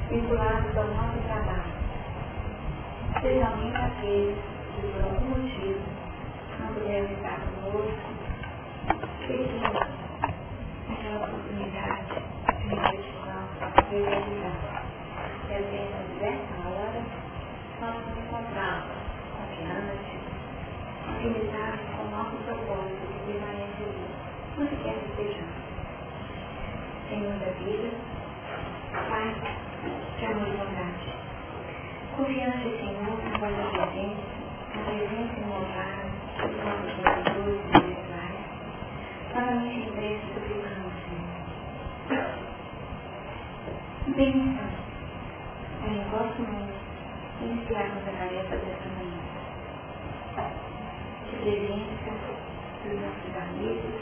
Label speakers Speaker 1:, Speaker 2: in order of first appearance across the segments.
Speaker 1: vinculados ao nosso trabalho, especialmente aqueles que por algum motivo não puderam estar conosco, pedindo aquela oportunidade de reflexão e realizar. E apenas nessa hora nós nos encontramos confiantes, afinizados com o nosso propósito de permanecer onde quer que estejamos. Senhor da vida, Pai de amor e bondade, confiança, Senhor, na vossa presença imovável dos nossos vendedores e militares, novamente em preço suplicamos, Senhor. Bênção, é em vosso nome iniciarmos a tarefa desta manhã, de presença dos nossos amigos,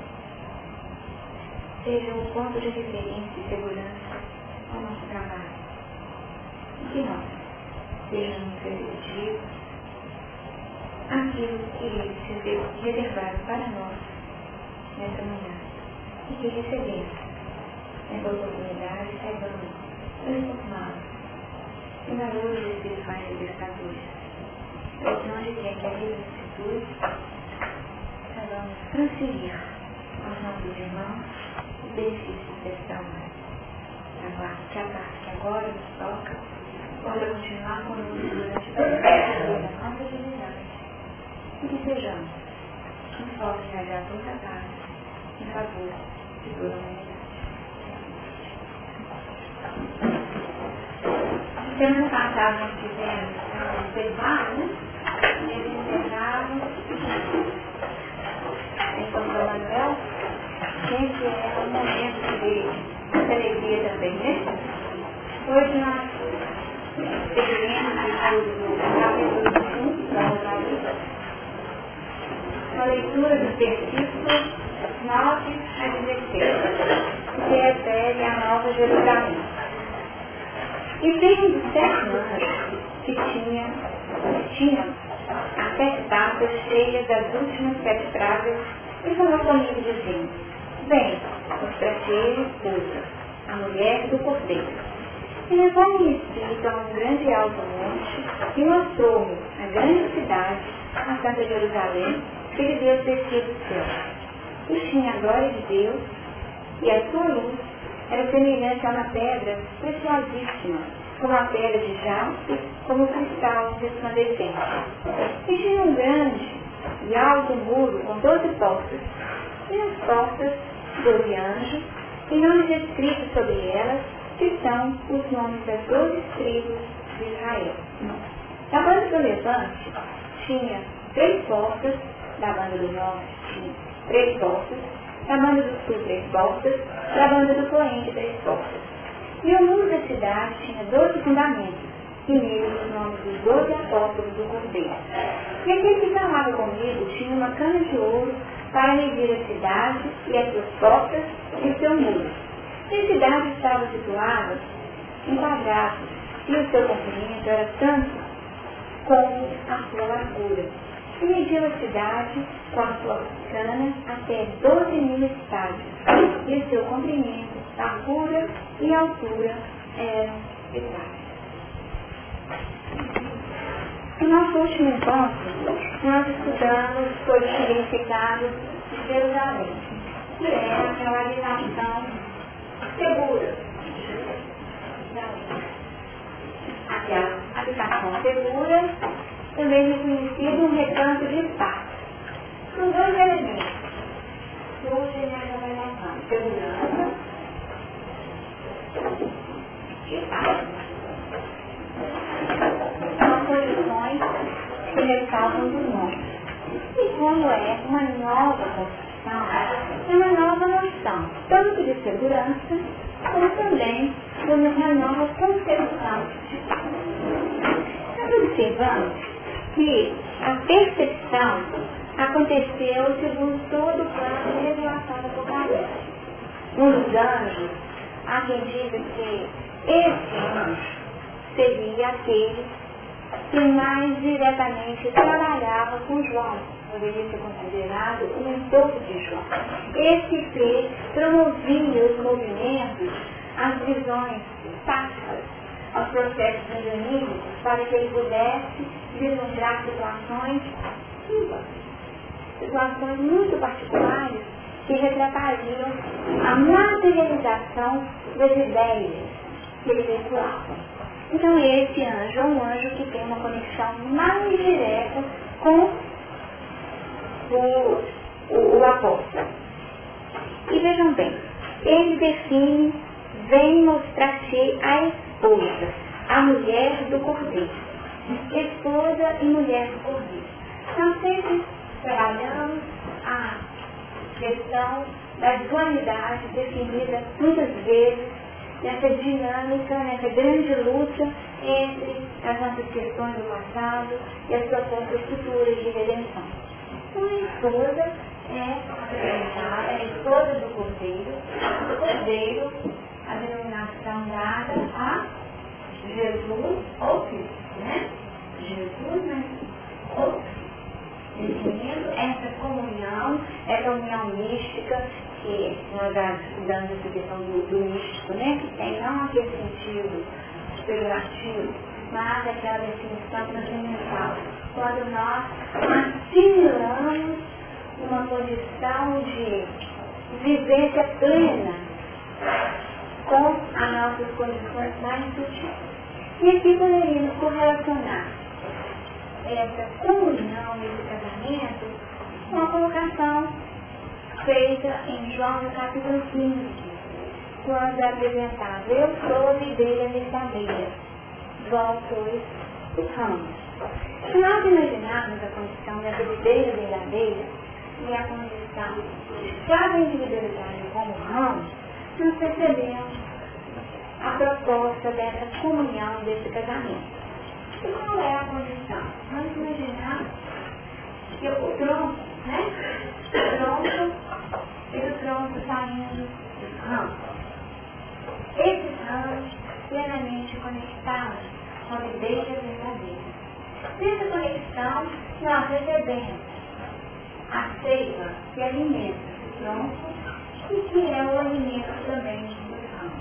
Speaker 1: seja um ponto de referência e segurança ao nosso trabalho. E que nós sejamos receptivos àquilo que eles reservaram para nós nessa manhã. E que recebemos essa oportunidade, saibamos transformá-la em valores espirituais libertadores. Porque onde quer que a vida nos situe, saibamos transferir aos nossos irmãos os benefícios desta hora. Que a parte que agora nos toca possa continuar conosco durante toda a nossa atividade. E que sejamos um forte radiador da paz em favor de toda a humanidade. Semana passada nós tivemos um festival, né? Eles encerraram em São Manuel, gente, é um momento de alegria também, né? Hoje nós seguiremos o capítulo 5 da Apocalipse, uma leitura dos versículos 9 a 16, que se refere à Nova Jerusalém. E veio do sétimo anjo que tinha as 7 taças cheias das últimas 7 pragas e falou comigo dizendo: vem, mostrar-te ele esposa, a mulher do cordeiro. E levou-me em espírito a um grande alto monte e mostrou-me a grande cidade, a Santa Jerusalém, que de Deus descia do céu. E tinha a glória de Deus, e a sua luz era semelhante a uma pedra preciosíssima, como a pedra de jaspe, como o cristal resplandecente. E tinha um grande e alto muro com 12 portas, e nas portas 12 anjos, e nomes escritos sobre elas, que são os nomes das 12 tribos de Israel. Da banda do levante tinha 3 portas, da banda do norte tinha 3 portas, da banda do sul 3 portas, da banda do poente 3 portas. E o muro da cidade tinha 12 fundamentos, e neles os nomes dos 12 apóstolos do Cordeiro. E aquele que falava comigo tinha uma cana de ouro para medir a cidade e as suas portas e o seu muro. E a cidade estava situada em quadrados, e o seu comprimento era tanto como a sua largura. E mediu a cidade com a sua cana até 12.000 estádios, e o seu comprimento, largura e altura eram iguais. No nosso último encontro, nós estudamos sobre o significado de Jerusalém, que é a realização segura. Aquela habitação segura, também reconhecido um recanto de paz. São 2 elementos que hoje nós avaliamos: segurança e paz. São condições que ressaltam dos nomes. E como é uma nova construção, é uma nova noção, tanto de segurança, como também de uma nova concepção de paz. Nós observamos que a percepção aconteceu segundo todo o plano de revelação do Apocalipse. Um dos anjos, há quem diga que esse anjo seria aquele que mais diretamente trabalhava com João, poderia ser considerado o mentor de João. Esse que promovia os movimentos as visões táticas, aos processos medianímicos, para que ele pudesse vislumbrar situações muito particulares que retratariam a materialização das ideias que ele veiculava. Então esse anjo é um anjo que tem uma conexão mais direta com o apóstolo. E vejam bem, ele define, vem mostrar-te a esposa, a mulher do cordeiro. Esposa e mulher do cordeiro. Nós sempre trabalhamos a questão da dualidade definida muitas vezes nessa dinâmica, nessa grande luta entre as nossas questões do passado e as propostas futuras de redenção. Então a esposa é apresentada, a esposa do cordeiro, a denominação dada a Jesus ou Cristo, né? Jesus, mas ou Cristo. Definindo essa comunhão mística, que nós já estudamos essa questão do místico, né? Que tem não aquele sentido pejorativo, mas aquela definição transcendental. Quando nós assimilamos uma condição de vivência plena com as nossas condições mais sutis. E aqui poderíamos correlacionar essa comunhão, esse casamento, com a colocação feita em João no capítulo 15, quando é apresentado: eu sou a videira verdadeira, vós sois os ramos. Se nós imaginarmos a condição dessa videira verdadeira e a condição de cada individualidade como ramo, nós percebemos a proposta dessa comunhão, desse casamento. E qual é a condição? Vamos imaginar que o tronco, né? O tronco e o tronco saindo dos ramos. Esses ramos plenamente conectados com a videira verdadeira. Nessa conexão, nós recebemos a seiva que alimenta o tronco e que é o alimento também dos ramos.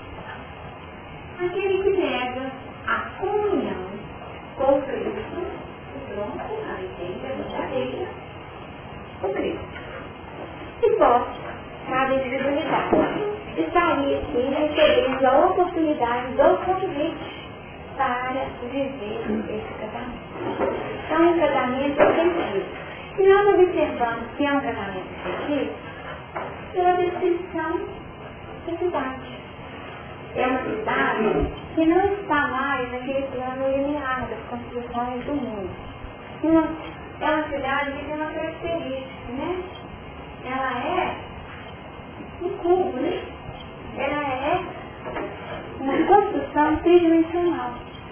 Speaker 1: Aquele que nega a comunhão com o Cristo, o tronco, a videira verdadeira, o Cristo. E posso, cada individualidade, estaria aqui recebendo a oportunidade do convite para viver esse casamento. Então, um casamento efetivo. E nós observamos que é um casamento efetivo pela descrição da cidade. É uma cidade que não está mais naquele plano linear das construções do mundo. É uma cidade que tem uma característica, né? Ela é um cubo, né? Ela é uma construção tridimensional.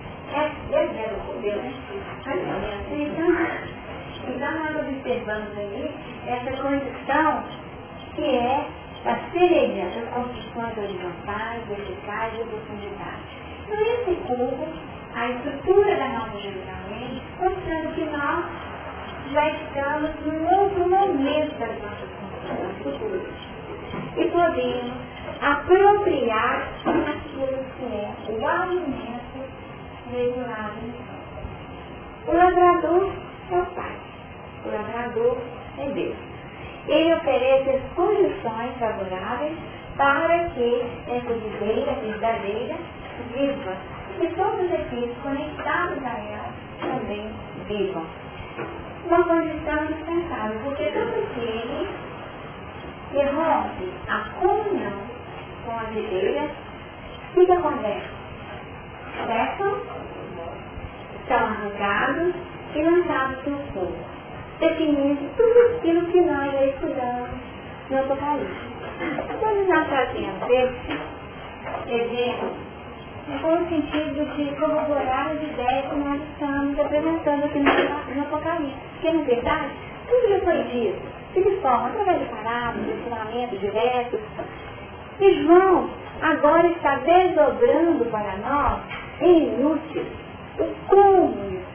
Speaker 1: Então nós observamos aí essa condição que é a semelhança das construções horizontais, verticais e profundidade. Então esse cubo, a estrutura da Nova Jerusalém, mostrando que nós já estamos num outro momento das nossas construções futuras. E podemos apropriar aquilo que é o alimento regulado. O lavrador é o Pai. O lavrador é Deus. Ele oferece as condições favoráveis para que essa videira verdadeira viva. E todos aqueles conectados a ela também vivam. Uma condição indispensável, porque todo aquele que rompe a comunhão com a videira, o que acontece? Secam, são arrancados e lançados no fogo, definindo tudo aquilo que nós já estudamos no Apocalipse. Quando nós fazemos esse exemplo, é com o sentido de corroborar as ideias que nós estamos apresentando aqui no Apocalipse. Porque, na verdade, tudo já foi dito, de forma através de parábolas, de ensinamentos diretos. E João agora está desdobrando para nós, em minúcias, o como isso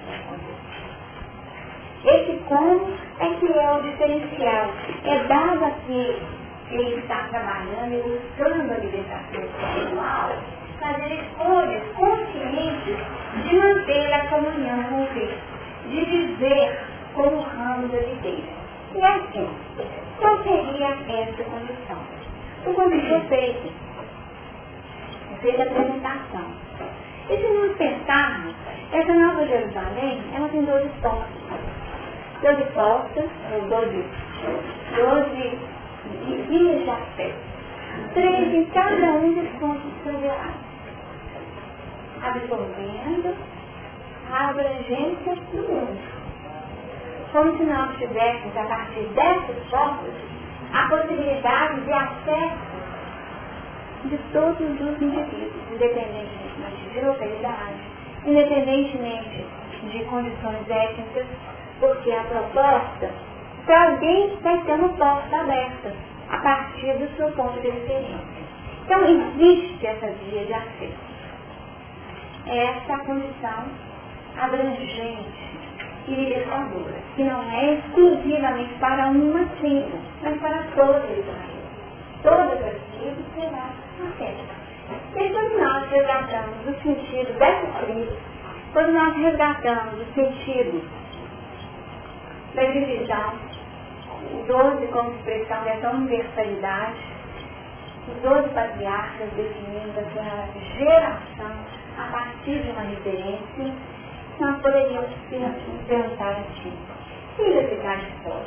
Speaker 1: vai acontecer. Esse como é que é o diferencial. É dado aqui ele está trabalhando e buscando a libertação espiritual, fazer escolhas conscientes de manter a comunhão com Cristo, de viver como ramo da videira. E assim, qual seria essa condição? O convite foi feito a apresentação. E se nós pensarmos, essa Nova Jerusalém, ela tem 12 portas. 12 portas, ou 12 vias de acesso. 3 em cada um dos pontos federais, absorvendo a abrangência do mundo. Como se nós tivéssemos, a partir dessas portas, a possibilidade de acesso de todos os indivíduos, independentemente de localidade, independentemente de condições étnicas, porque a proposta, para alguém vai ter uma porta aberta, a partir do seu ponto de referência. Então, existe essa via de acesso. Essa é a condição abrangente e libertadora, que não é exclusivamente para uma tribo, mas para toda Israel. Todas as tribos será acesso. E quando nós resgatamos o sentido dessas tribos, quando nós resgatamos o sentido da divisão, o 12 como expressão dessa universalidade, os 12 patriarcas definindo aquela geração a partir de uma referência, nós poderíamos perguntar assim: quem vai ficar de fora?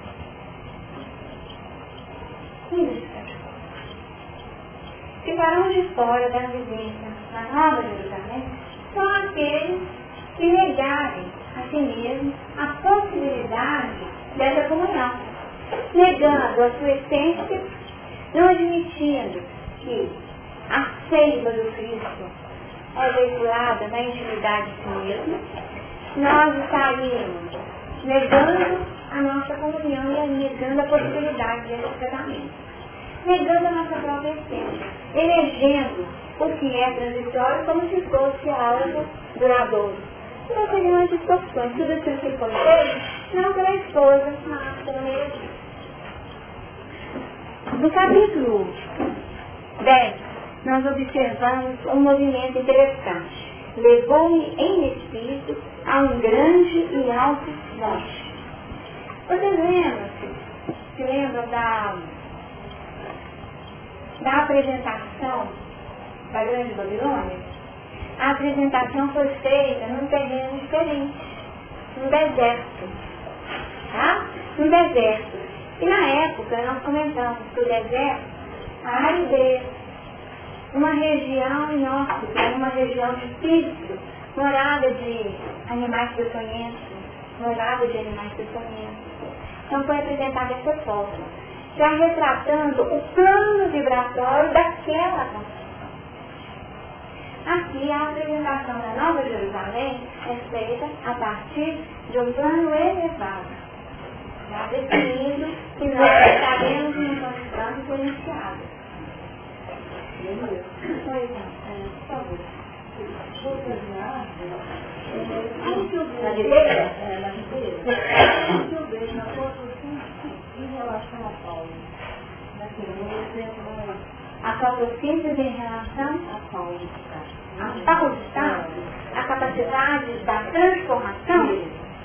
Speaker 1: Quem vai ficar de fora? Ficarão de fora da vivência na Nova Jerusalém são aqueles que negarem a si mesmos a possibilidade dessa comunhão, negando a sua essência, não admitindo que a seiva do Cristo é veiculada na intimidade de si mesmo, nós estaríamos negando a nossa comunhão e negando a possibilidade desse tratamento, negando a nossa própria essência, elegendo o que é transitório como se fosse algo duradouro. Então seriam as distorções, tudo aquilo que foi feito, não pela esposa, mas pelo meio. No capítulo 10, nós observamos um movimento interessante. Levou-me em espírito a um grande e alto monte. Vocês se lembram da apresentação da Grande Babilônia? A apresentação foi feita num terreno diferente, num deserto. Tá? Num deserto. E na época nós comentamos que o deserto, a aridez, uma região inóspita, uma região difícil, morada de animais peçonhentos, Então foi apresentada dessa forma, já retratando o plano vibratório daquela construção. Aqui a apresentação da Nova Jerusalém é feita a partir de um plano elevado, já definindo que nós estaremos em uma condição diferenciada. Pois não, por favor. Na direita? Na direita. Eu vejo na fotossíntese em relação a Paulo. A fotossíntese em relação a Paulo. A Paulo está a capacidade da transformação.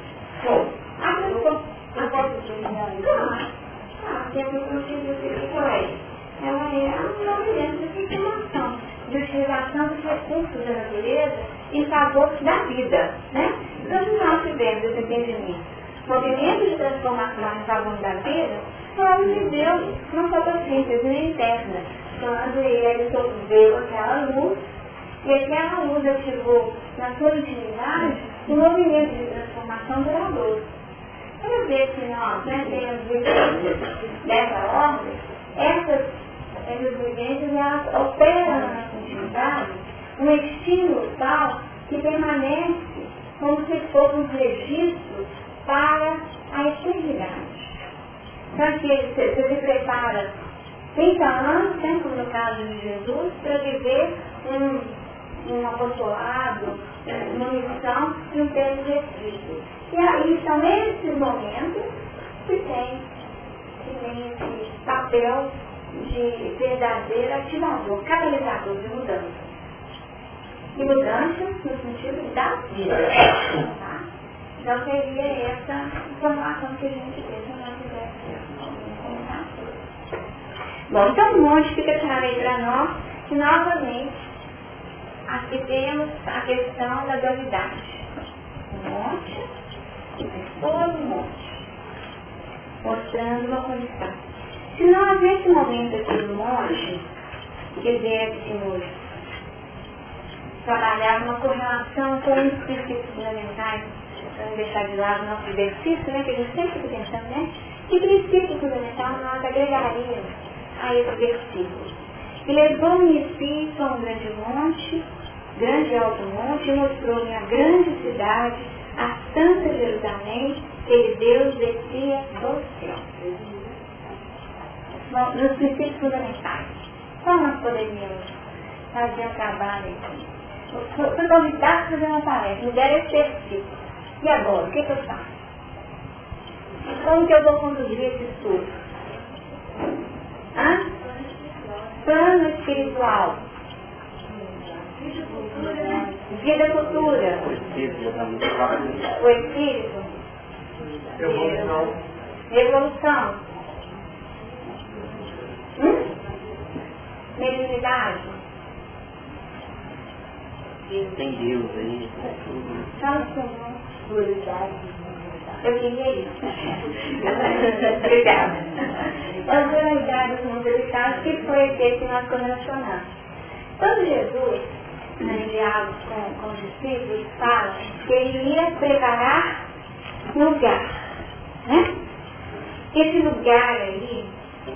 Speaker 1: A fotossíntese temos um sentido que ela é um movimento de transformação, de utilização dos recursos da natureza em favor da vida, né? Então, se nós tivermos esse entendimento, movimento de transformação em favor da vida, Paulo me deu uma fotossíntese interna, quando ele absorveu aquela luz, e aquela luz ativou na sua intimidade um movimento de transformação duradouro. Cada vez que nós temos vivências dessa ordem, essas vivências elas operam na nossa intimidade um estímulo tal que permanece como se fosse um registro para a eternidade. Então, você se prepara 30 anos, como no caso de Jesus, para viver um apostolado, uma missão e um tempo restrito. E aí são esses momentos que tem esse papel papel de verdadeiro ativador, catalisador de mudança. E mudança no sentido da vida. Tá? Então seria essa informação que a gente tem se nós tivéssemos comentar. Bom, então o monte fica claro aí para nós que novamente aqui temos a questão da dualidade. O monte e todo o monte, mostrando uma condição. Se nós nesse momento aqui do monte quiséssemos trabalhar uma correlação com os princípios fundamentais, para não deixar de lado o nosso exercício, né, que a gente sempre fica pensando, né? Que princípio fundamental nós agregaríamos a esse versículo? E levou-me em espírito a um grande monte, grande alto monte, e mostrou-me a grande cidade, a santa Jerusalém, que Deus descia do céu. Bom, nos princípios fundamentais, como nós poderíamos fazer um trabalho aqui? Fui convidado para fazer uma tarefa, me deram esse versículo. E agora, o que eu faço? Como que eu vou conduzir esse estudo? Plano espiritual. Vida futura. O Espírito. Revolução. Mediunidade.
Speaker 2: Tem Deus aí.
Speaker 1: Eu queria isso. Obrigada. As realidades muito delicadas, que foi aquele que nós correlacionamos. Quando Jesus, em diálogo com os discípulos, fala que ele ia preparar lugar. Né? Esse lugar aí,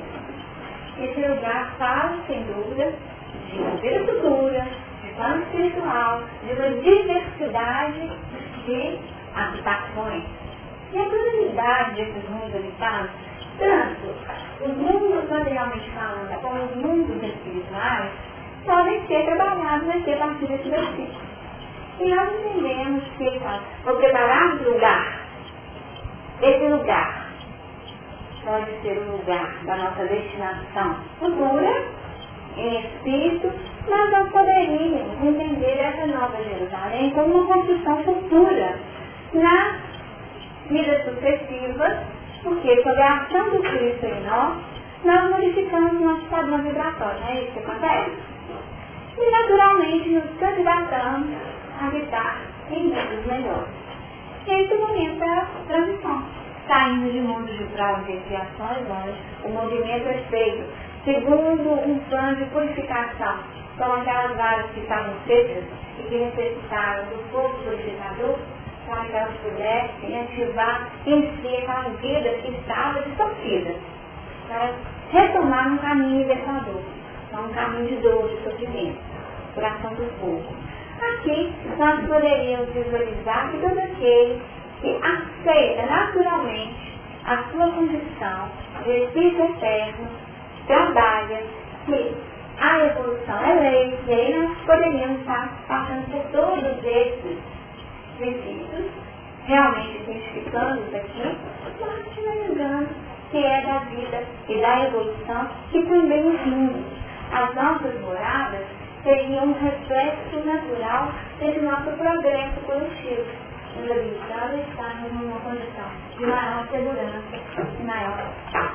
Speaker 1: esse lugar fala, sem dúvida, de uma vida futura, de plano espiritual, de uma diversidade de habitações. E a pluralidade desses mundos habitados, tanto os mundos materialmente falando, como os mundos espirituais, podem ser trabalhados aqui a partir desse versículo. E nós entendemos que ele fala, vou preparar um lugar. Esse lugar pode ser o lugar da nossa destinação futura, em espírito, mas nós poderíamos entender essa nova Jerusalém como uma construção futura nas vidas sucessivas, porque sob a ação do Cristo em nós modificamos o nosso padrão vibratório, não é isso que acontece? E naturalmente nos candidatamos a habitar em mundos melhores. Esse é o momento da transição. Saindo de mundos de provas e expiações, o movimento é feito segundo um plano de purificação, como aquelas varas que estavam secas e que necessitaram do fogo purificador, para que elas pudessem ativar em si aquela vida que estava distorcida, para retomar um caminho libertador, um caminho de dor, de sofrimento, por ação do fogo. Aqui nós poderíamos visualizar que todo aquele que aceita naturalmente a sua condição de espírito eterno, trabalha, que a evolução é lei, e aí nós poderíamos estar passando por todos esses princípios, realmente identificando-os aqui, mas finalizando que é da vida e da evolução, que também os mundos, as nossas moradas, seriam um reflexo natural desse nosso progresso coletivo, nos habilitando a estarmos numa condição de maior segurança e maior paz.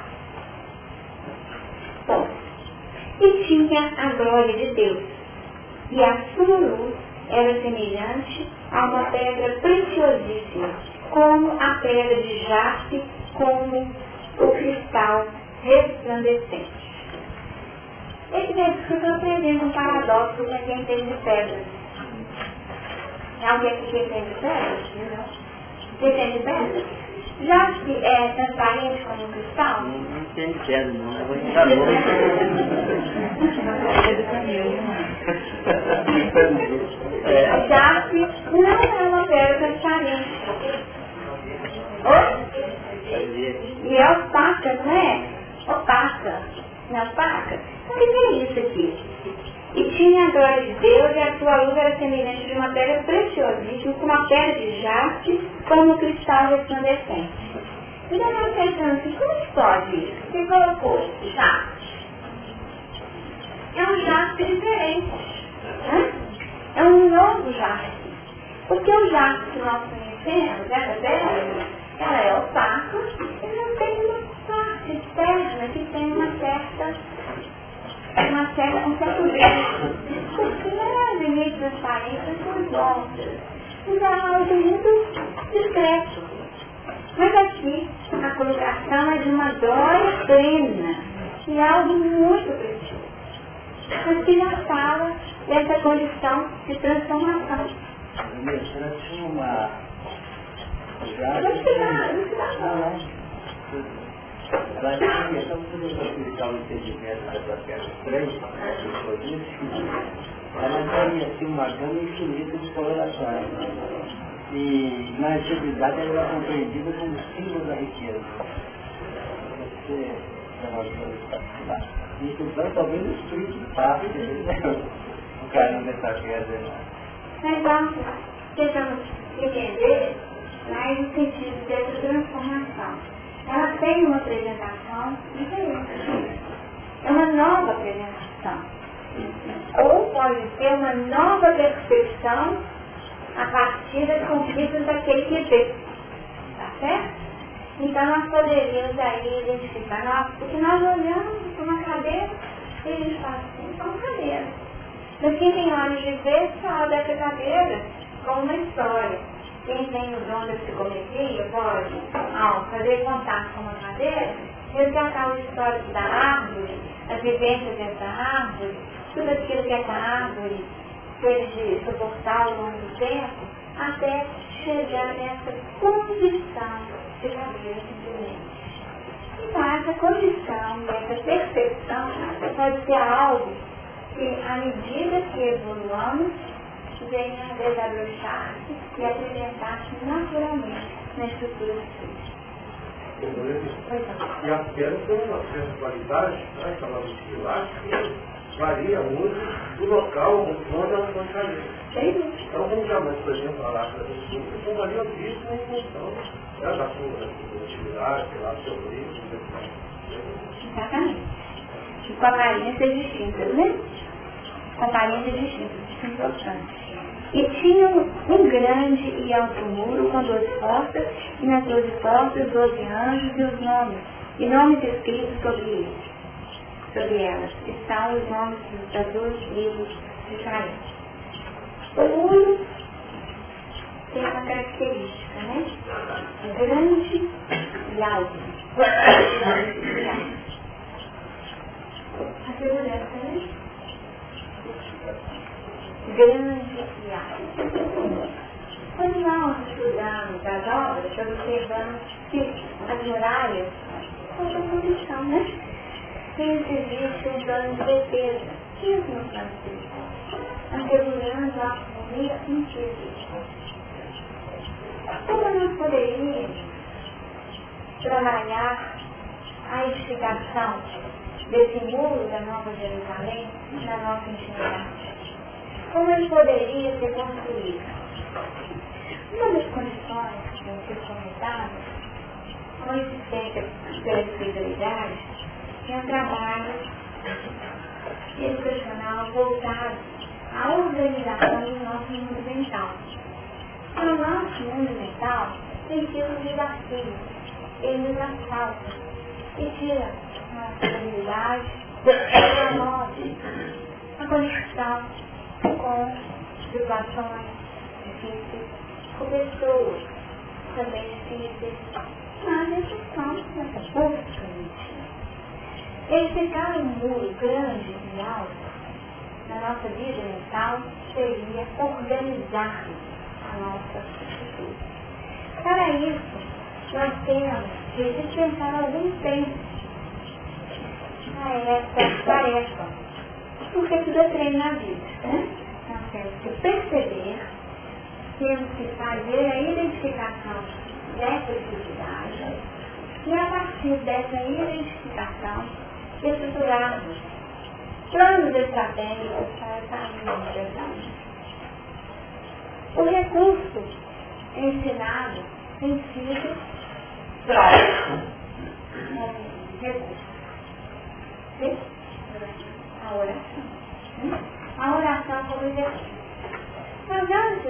Speaker 1: Bom, e tinha a glória de Deus, e a sua luz era semelhante a uma pedra preciosíssima, como a pedra de jaspe, como o cristal resplandecente. Esse versículo apresenta um paradoxo para quem entende pedras. Alguém aqui que entende pedras? Você entende pedras? Jaspe é transparente como um cristal?
Speaker 2: Não entende pedra, não. Eu vou entrar louco.
Speaker 1: Jaspe não é uma pedra transparente. E é opaca, não é? Opaca. Não é opaca? O que é isso aqui? E tinha a glória de Deus, e a sua luz era semelhante de uma pedra preciosíssima, com uma pedra de jaspe, como um cristal resplandecente. E eu estava pensando assim, como que pode isso? Você colocou jato. É um jato diferente. Né? É um novo jato. Porque o jato que nós conhecemos, ela é opaca e não tem uma parte externa que tem um certo brilho. Porque é meio transparente por volta. Então é algo muito discreto. Mas aqui a colocação é de uma glória plena e algo muito precioso. Mas que já fala dessa condição de transformação.
Speaker 2: Ela tinha uma...
Speaker 1: Não se dá.
Speaker 2: Ela tinha, só para poder facilitar o entendimento dessa peça 3, ela tinha assim, uma gama infinita de colorações. E na antiguidade ela era compreendida como símbolo da riqueza. Você isso então talvez explique fácil o carinho dessa pedra.
Speaker 1: Mas vamos tentando entender mais o sentido dessa transformação. Ela tem uma apresentação diferente. É uma nova apresentação. Ou pode ser uma nova percepção a partir das conquistas daquele que vê. Tá certo? Então nós poderíamos aí identificar, porque nós olhamos para uma cadeira e a gente fala assim, é uma cadeira. Mas quem tem olhos de ver fala dessa cadeira como uma história. Quem tem o dom da psicometria pode, ao fazer contato com uma cadeira, resgatar o histórico da árvore, as vivências dessa árvore, tudo aquilo que essa árvore teve de suportar ao longo do tempo, até chegar nessa condição de cadeira simplesmente. Então, essa condição, essa percepção, pode ser algo que, à medida que evoluamos, venha a desabrochar-se e apresentar-se naturalmente na estrutura física.
Speaker 3: E a pedra tem uma certa qualidade, né, chamada de quilate, que varia muito do local onde ela foi caída. Então, como jamais, por exemplo, a lata do sul, então varia isso em função da sua atividade, lá, do seu brilho,
Speaker 1: Exatamente. E com aparências distintas, né? Com aparências distintas, isso é importante. E tinha um grande e alto muro com 12 portas, e nas 12 portas 12 anjos e os nomes, e nomes escritos sobre elas. Estão os nomes das 12 tribos de Israel. O muro tem uma característica, né? Grande e alto. A segurança, né? Grande e alto. Quando nós estudamos as obras, observamos que as muralhas são uma condição, né? Sempre existe um plano de defesa. Mesmo no plano de defesa. Assegurando a harmonia interior. Como nós poderíamos trabalhar a edificação desse muro da Nova Jerusalém na nossa intimidade? Como ele poderia ser construído? Uma das condições que tem sido comentada com a existência pela espiritualidade é um trabalho educacional voltado à organização do nosso mundo mental. O nosso mundo mental tem sido um desafio, ele nos assalta e tira a nossa habilidade, a conexão com situações difíceis, com pessoas também difíceis, mas esses são nessa busca íntima. Edificar um muro grande e alto na nossa vida mental seria organizar a nossa estrutura. Para isso, nós temos de dispensar algum tempo a essa tarefa, porque tudo é treino na vida, né? Nós temos que perceber, temos que fazer a identificação dessa atividade e a partir dessa identificação estruturarmos planos estratégicos para essa administração. O recurso ensinado tem sido próprio.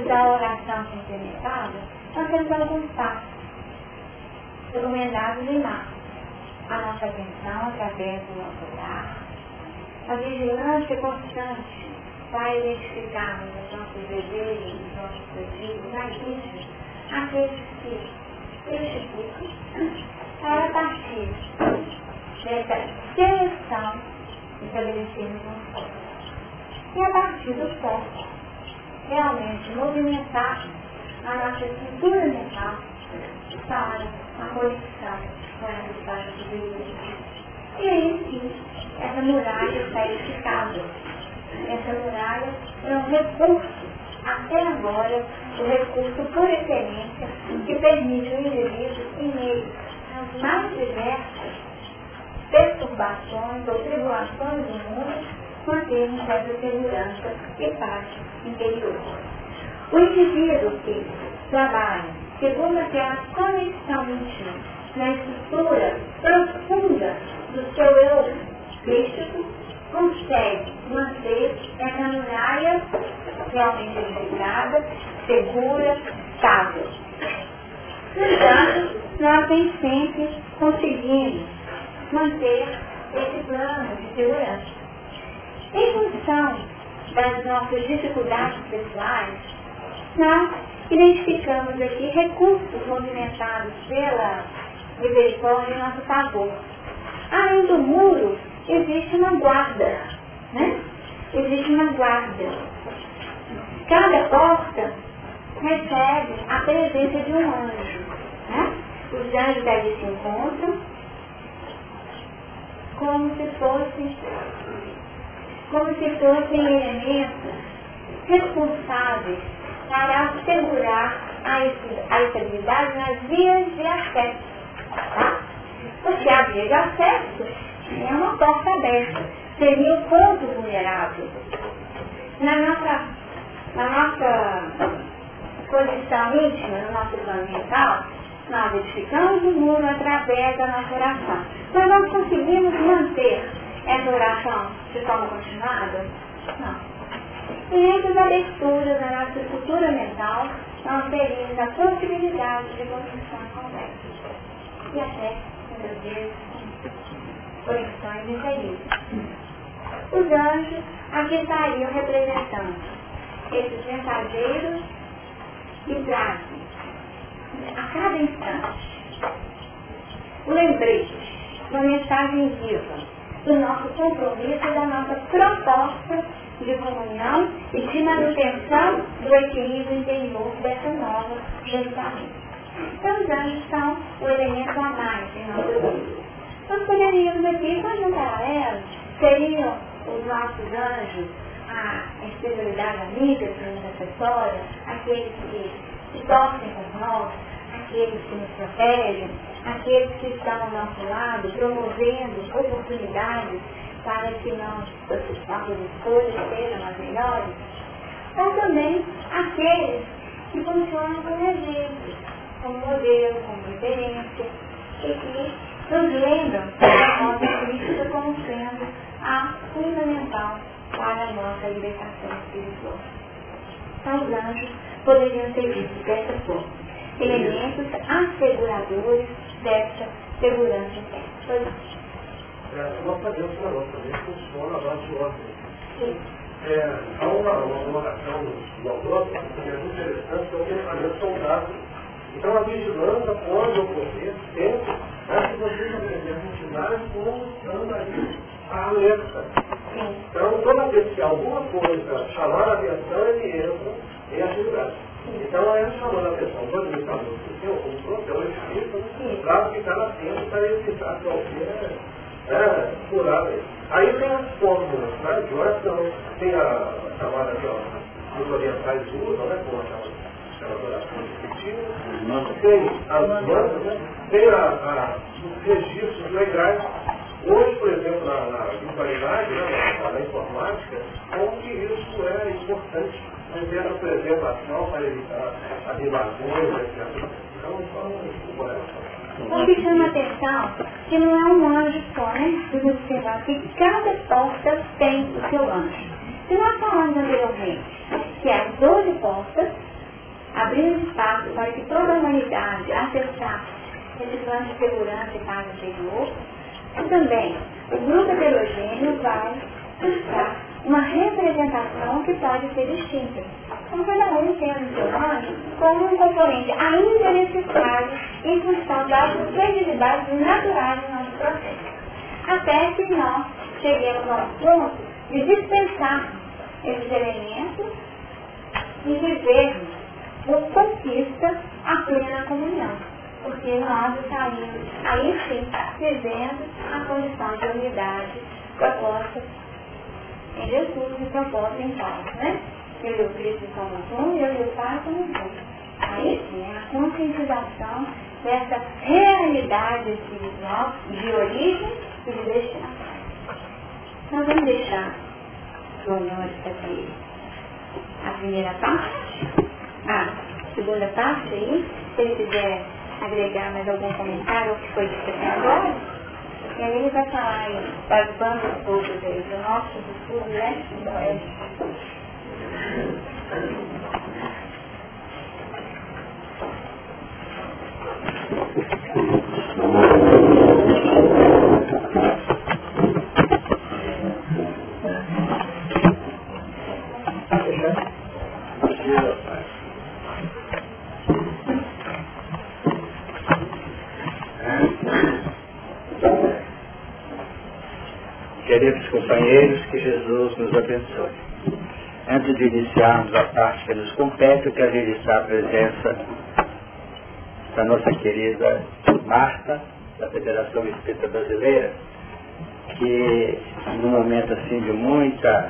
Speaker 1: da oração sentimentada, nós temos alguns passos recomendados em março. A nossa atenção através do nosso olhar, a vigilância constante para identificarmos os nossos desejos, os nossos objetivos, aqueles que justificam, para partir dessa seleção estabelecermos um foco. E a partir do foco, realmente movimentar a nossa estrutura mental para a conexão com essa estágio de vida. E aí sim, essa muralha está edificada. Essa muralha é um recurso, até agora, o recurso por excelência que permite o indivíduo, em meio às mais diversas perturbações ou tribulações do mundo, mantermos essa segurança e paz interior. O indivíduo que trabalha segundo aquela conexão íntima na estrutura profunda do seu eu crístico, consegue manter essa muralha realmente edificada, segura, estável. Portanto, nós nem sempre conseguimos manter esse plano de segurança. Em função das nossas dificuldades pessoais, nós identificamos aqui recursos movimentados pela misericórdia em nosso favor. Além do muro, existe uma guarda, né? Existe uma guarda. Cada porta recebe a presença de um anjo, né? Os anjos ali se encontram como se fossem elementos responsáveis para assegurar a estabilidade nas vias de acesso. Tá? Porque a via de acesso é uma porta aberta, seria o ponto vulnerável. Na nossa posição íntima, no nosso plano mental, nós edificamos o muro através da nossa oração. Mas nós conseguimos manter essa oração de forma continuada? Não. E nessas aberturas da nossa estrutura mental, nós teríamos a possibilidade de conexões complexas. E até, muitas vezes, conexões infelizes. Os anjos aqui estariam representando esses mensageiros que trazem a cada instante o lembrete, uma mensagem viva do nosso compromisso e da nossa proposta de comunhão e de manutenção do equilíbrio interior dessa nova Jerusalém. Então, os anjos são o elemento a mais em nossa vida. Nós poderíamos aqui, fazer um paralelo, seriam os nossos anjos, a espiritualidade amiga, que nos acessória, aqueles que torcem por nós, aqueles que nos protegem, aqueles que estão ao nosso lado, promovendo oportunidades para que nossas escolhas sejam as melhores, ou também aqueles que funcionam como exemplos, como modelo, como referência, e que nos lembram da nossa crítica como sendo a fundamental para a nossa libertação espiritual. Então, os anjos poderiam ser vistos dessa forma, elementos asseguradores dessa segurança interna.
Speaker 3: Nós sabemos que a nossa mente funciona a base de ordem. Há uma oração do autor que é muito interessante, que é o pensamento saudável. Então a vigilância pode ocorrer sempre, se vocês aprenderem a funcionar como estando aí a alerta. Então toda vez que alguma coisa chamar a atenção, ele entra em atividade. Então é chamando a atenção do administrador do seu, como professor, para ficar atento para evitar qualquer furada. Aí tem as fórmulas, né, de oração, tem a chamada que os orientais usam, né, com aquela oração discutiva, tem as mantras, né, tem os registros legais. Hoje, por exemplo, na virtualidade, né, na informática, como que isso é importante. Tendo preservação para evitar as invasões, etc.
Speaker 1: O que chama a atenção que não é um anjo só, né? Vamos observar que cada porta tem o seu anjo. Se nós falamos anteriormente que as 12 portas abrindo espaço para que toda a humanidade acessasse esse plano de segurança e paz interior. E também, o grupo heterogêneo vai buscar uma representação que pode ser distinta. Então, cada um tem no seu anjo como um componente ainda necessário em função das fragilidades naturais do nosso processo. Até que nós cheguemos ao ponto de dispensar esses elementos e vivermos por conquista a plena comunhão. Porque nós estaríamos, aí sim, vivendo a condição de unidade proposta em Jesus e proposta em Paulo, né? Eu e o Cristo somos um, eu e o Pai somos um. Aí sim, é a conscientização dessa realidade espiritual de origem e de destinação. Nós vamos deixar para o Senhor fazer a primeira parte, a segunda parte aí, se ele quiser agregar mais algum comentário ou que foi dito até agora, e aí ele vai falar aí, participando um pouco do nosso estudo, né?
Speaker 2: Queridos companheiros, que Jesus nos abençoe. Antes de iniciarmos a parte que nos compete, eu quero registrar a presença da nossa querida Marta, da Federação Espírita Brasileira, que num momento assim de muita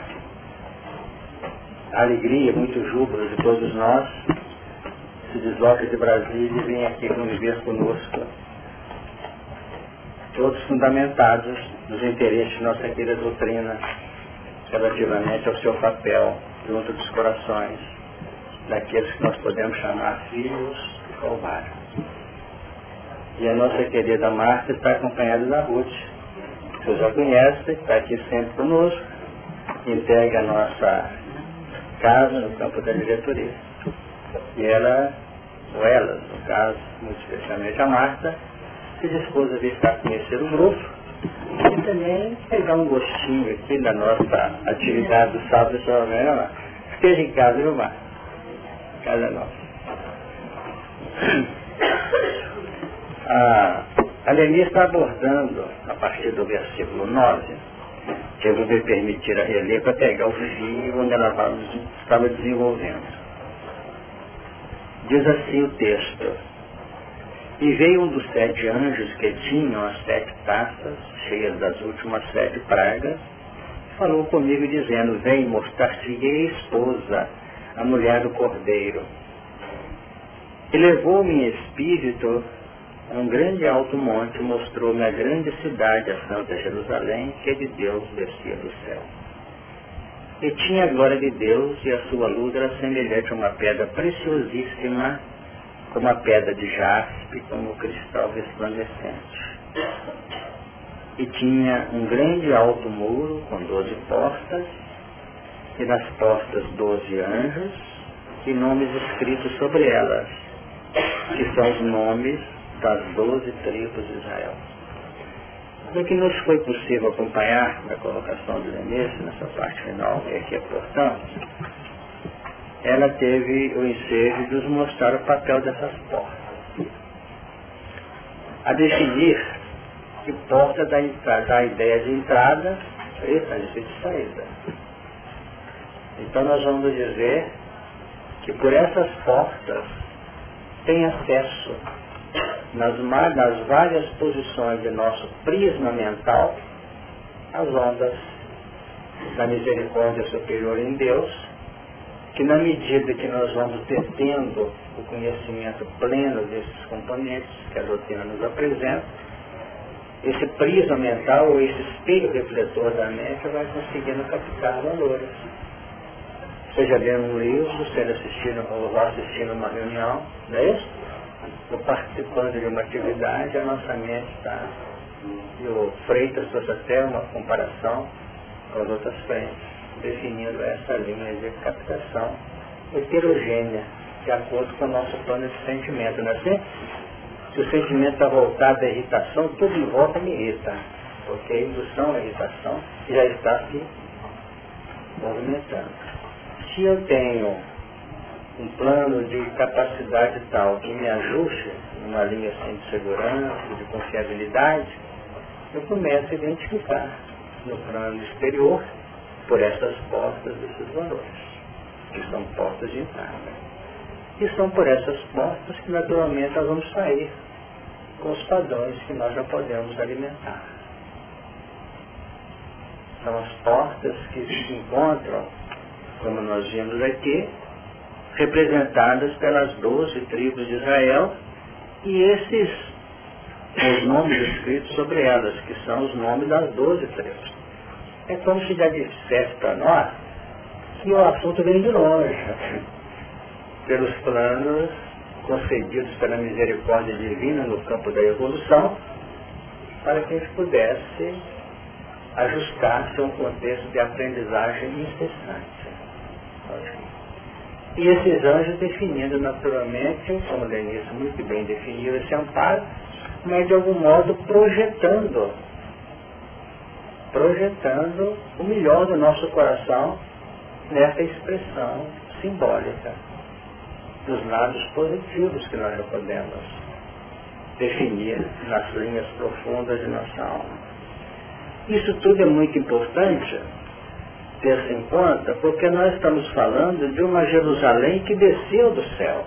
Speaker 2: alegria, muito júbilo de todos nós, se desloca de Brasília e vem aqui conviver conosco, todos fundamentados nos interesses de nossa querida doutrina relativamente ao seu papel junto dos corações daqueles que nós podemos chamar filhos do Calvário. E a nossa querida Marta está acompanhada da Ruth, que vocês já conhecem, está aqui sempre conosco, integra a nossa casa no campo da diretoria. E ela, ou elas, no caso, muito especialmente a Marta, se dispôs a vir cá conhecer o grupo e também pegar um gostinho aqui da nossa atividade do sábado e sábado. Esteja em casa, viu, Marta? Casa nossa. A Leni está abordando, a partir do versículo 9, que eu vou me permitir a reler para pegar o fio onde ela estava desenvolvendo. Diz assim o texto: e veio um dos 7 anjos que tinham as 7 taças, cheias das últimas 7 pragas, falou comigo dizendo: vem mostrar-te-ei a esposa, a mulher do Cordeiro. E levou-me em espírito a um grande alto monte, mostrou-me a grande cidade, a Santa Jerusalém, que de Deus descia do céu. E tinha a glória de Deus, e a sua luz era semelhante a uma pedra preciosíssima, como a pedra de jaspe, como o cristal resplandecente. E tinha um grande alto muro com 12 portas, e nas portas 12 anjos, e nomes escritos sobre elas, que são os nomes das 12 tribos de Israel. O que nos foi possível acompanhar na colocação do Lenês, nessa parte final, que aqui aportamos, ela teve o ensejo de nos mostrar o papel dessas portas. A definir que porta dá a ideia de entrada e a de saída. Então nós vamos dizer que por essas portas tem acesso nas várias posições de nosso prisma mental as ondas da misericórdia superior em Deus, que na medida que nós vamos tendo o conhecimento pleno desses componentes que a doutrina nos apresenta, esse prisma mental, ou esse espelho refletor da mente, vai conseguindo captar valores. Seja lendo um livro, seja assistindo ou assistindo uma reunião, não é isso? Ou participando de uma atividade, a nossa mente está. E o Freitas trouxe até uma comparação com as outras frentes, definindo essa linha de captação heterogênea de acordo com o nosso plano de sentimento, não é assim? Se o sentimento está voltado à irritação, tudo em volta me irrita. Porque a indução à irritação já está se movimentando. Se eu tenho um plano de capacidade tal que me ajuste numa linha assim de segurança, de confiabilidade, eu começo a identificar no plano exterior por essas portas desses valores, que são portas de entrada. E são por essas portas que naturalmente nós vamos sair com os padrões que nós já podemos alimentar. São as portas que se encontram, como nós vimos aqui, representadas pelas 12 tribos de Israel, e esses os nomes escritos sobre elas, que são os nomes das 12 tribos. É como se já dissesse para nós que o assunto vem de longe, pelos planos concedidos pela misericórdia divina no campo da evolução, para que a gente pudesse ajustar-se a um contexto de aprendizagem incessante. E esses anjos definindo naturalmente, como o Denise muito bem definiu esse amparo, mas de algum modo projetando o melhor do nosso coração nessa expressão simbólica dos lados positivos que nós já podemos definir nas linhas profundas de nossa alma. Isso tudo é muito importante ter-se em conta, porque nós estamos falando de uma Jerusalém que desceu do céu.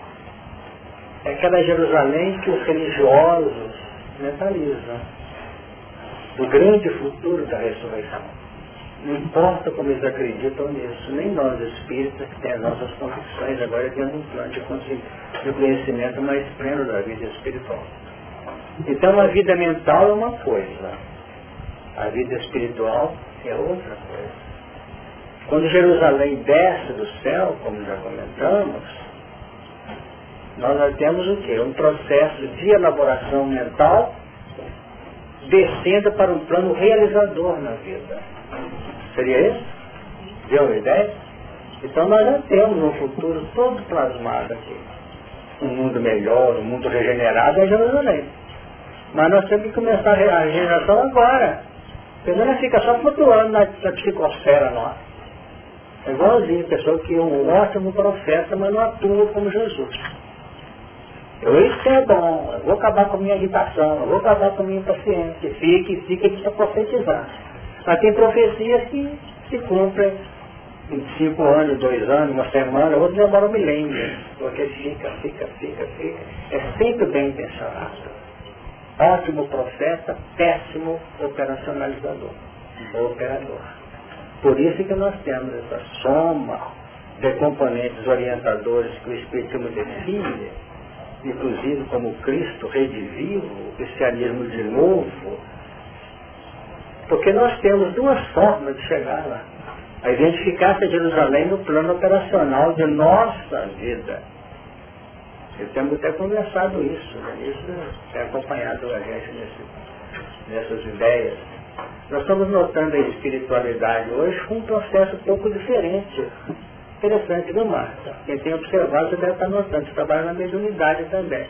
Speaker 2: É aquela Jerusalém que os religiosos mentalizam, do grande futuro da ressurreição. Não importa como eles acreditam nisso, nem nós espíritas que temos as nossas convicções agora tendo um plano de conhecimento mais pleno da vida espiritual. Então a vida mental é uma coisa, a vida espiritual é outra coisa. Quando Jerusalém desce do céu, como já comentamos, nós já temos o quê? Um processo de elaboração mental descendo para um plano realizador na vida. Seria isso? Deu uma ideia? Então nós já temos um futuro todo plasmado aqui. Um mundo melhor, um mundo regenerado é Jerusalém. Mas nós temos que começar a regeneração agora. Porque não fica só flutuando na psicosfera nossa. É igualzinho, pessoa que é um ótimo profeta, mas não atua como Jesus. Isso é bom, eu vou acabar com a minha irritação, eu vou acabar com a minha impaciência, fica precisa profetizar. Mas tem profecias que se cumprem em 5 anos, 2 anos, uma semana, outros demora um milênio, porque fica. É sempre bem intencionado. Ótimo profeta, péssimo operacionalizador, operador. Por isso que nós temos essa soma de componentes orientadores que o Espiritismo define, inclusive como Cristo redivivo, o cristianismo de novo, porque nós temos 2 formas de chegar lá. A identificar-se a Jerusalém no plano operacional de nossa vida. Eu temos até conversado isso, né? Isso tem acompanhado a gente nessas ideias. Nós estamos notando a espiritualidade hoje com um processo um pouco diferente. Interessante, viu, Marta? Quem tem observado, você deve estar notando, você trabalha na mediunidade também.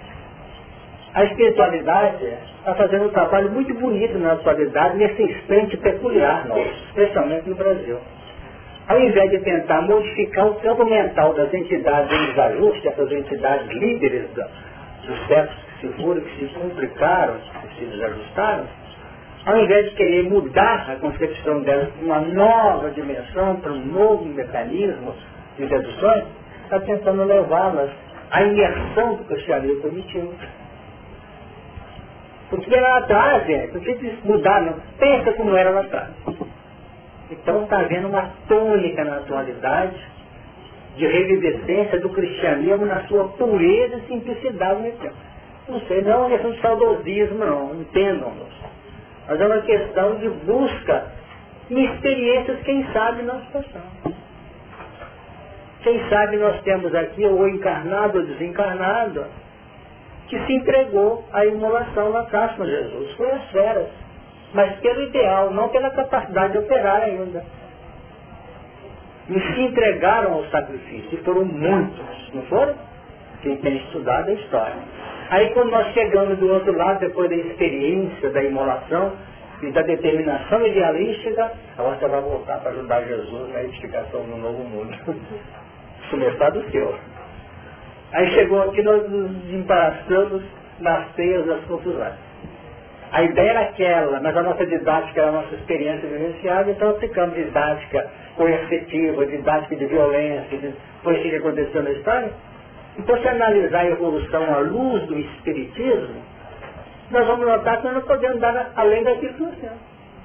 Speaker 2: A espiritualidade está fazendo um trabalho muito bonito na atualidade, nesse instante peculiar nosso, especialmente no Brasil. Ao invés de tentar modificar o campo mental das entidades em desajuste, essas entidades líderes dos séculos que se foram, que se complicaram, que se desajustaram, ao invés de querer mudar a concepção delas para uma nova dimensão, para um novo mecanismo de deduções, está tentando levá-las à imersão do cristianismo primitivo. Porque lá atrás, não precisa mudar, não. Pensa como era lá atrás. Então está havendo uma tônica na atualidade de revivescência do cristianismo na sua pureza e simplicidade. Não sei, não é uma questão de saudosismo, não, entendam-nos. Mas é uma questão de busca em experiências, quem sabe, nós passamos. Quem sabe nós temos aqui o encarnado ou desencarnado que se entregou à imolação na casa com Jesus. Foi às feras, mas pelo ideal, não pela capacidade de operar ainda. e se entregaram ao sacrifício, e foram muitos, não foram? Quem tem estudado a história. Aí quando nós chegamos do outro lado, depois da experiência, da imolação e da determinação idealística, agora você vai voltar para ajudar Jesus na edificação do novo mundo. Começar do seu. Aí chegou aqui, nós nos embaraçamos nas teias das confusões. A ideia era aquela, mas a nossa didática era a nossa experiência vivenciada, então aplicamos didática coercitiva, didática de violência, foi isso que aconteceu na história. Então, se analisar a evolução à luz do espiritismo, nós vamos notar que nós não podemos dar além daquilo que nós temos.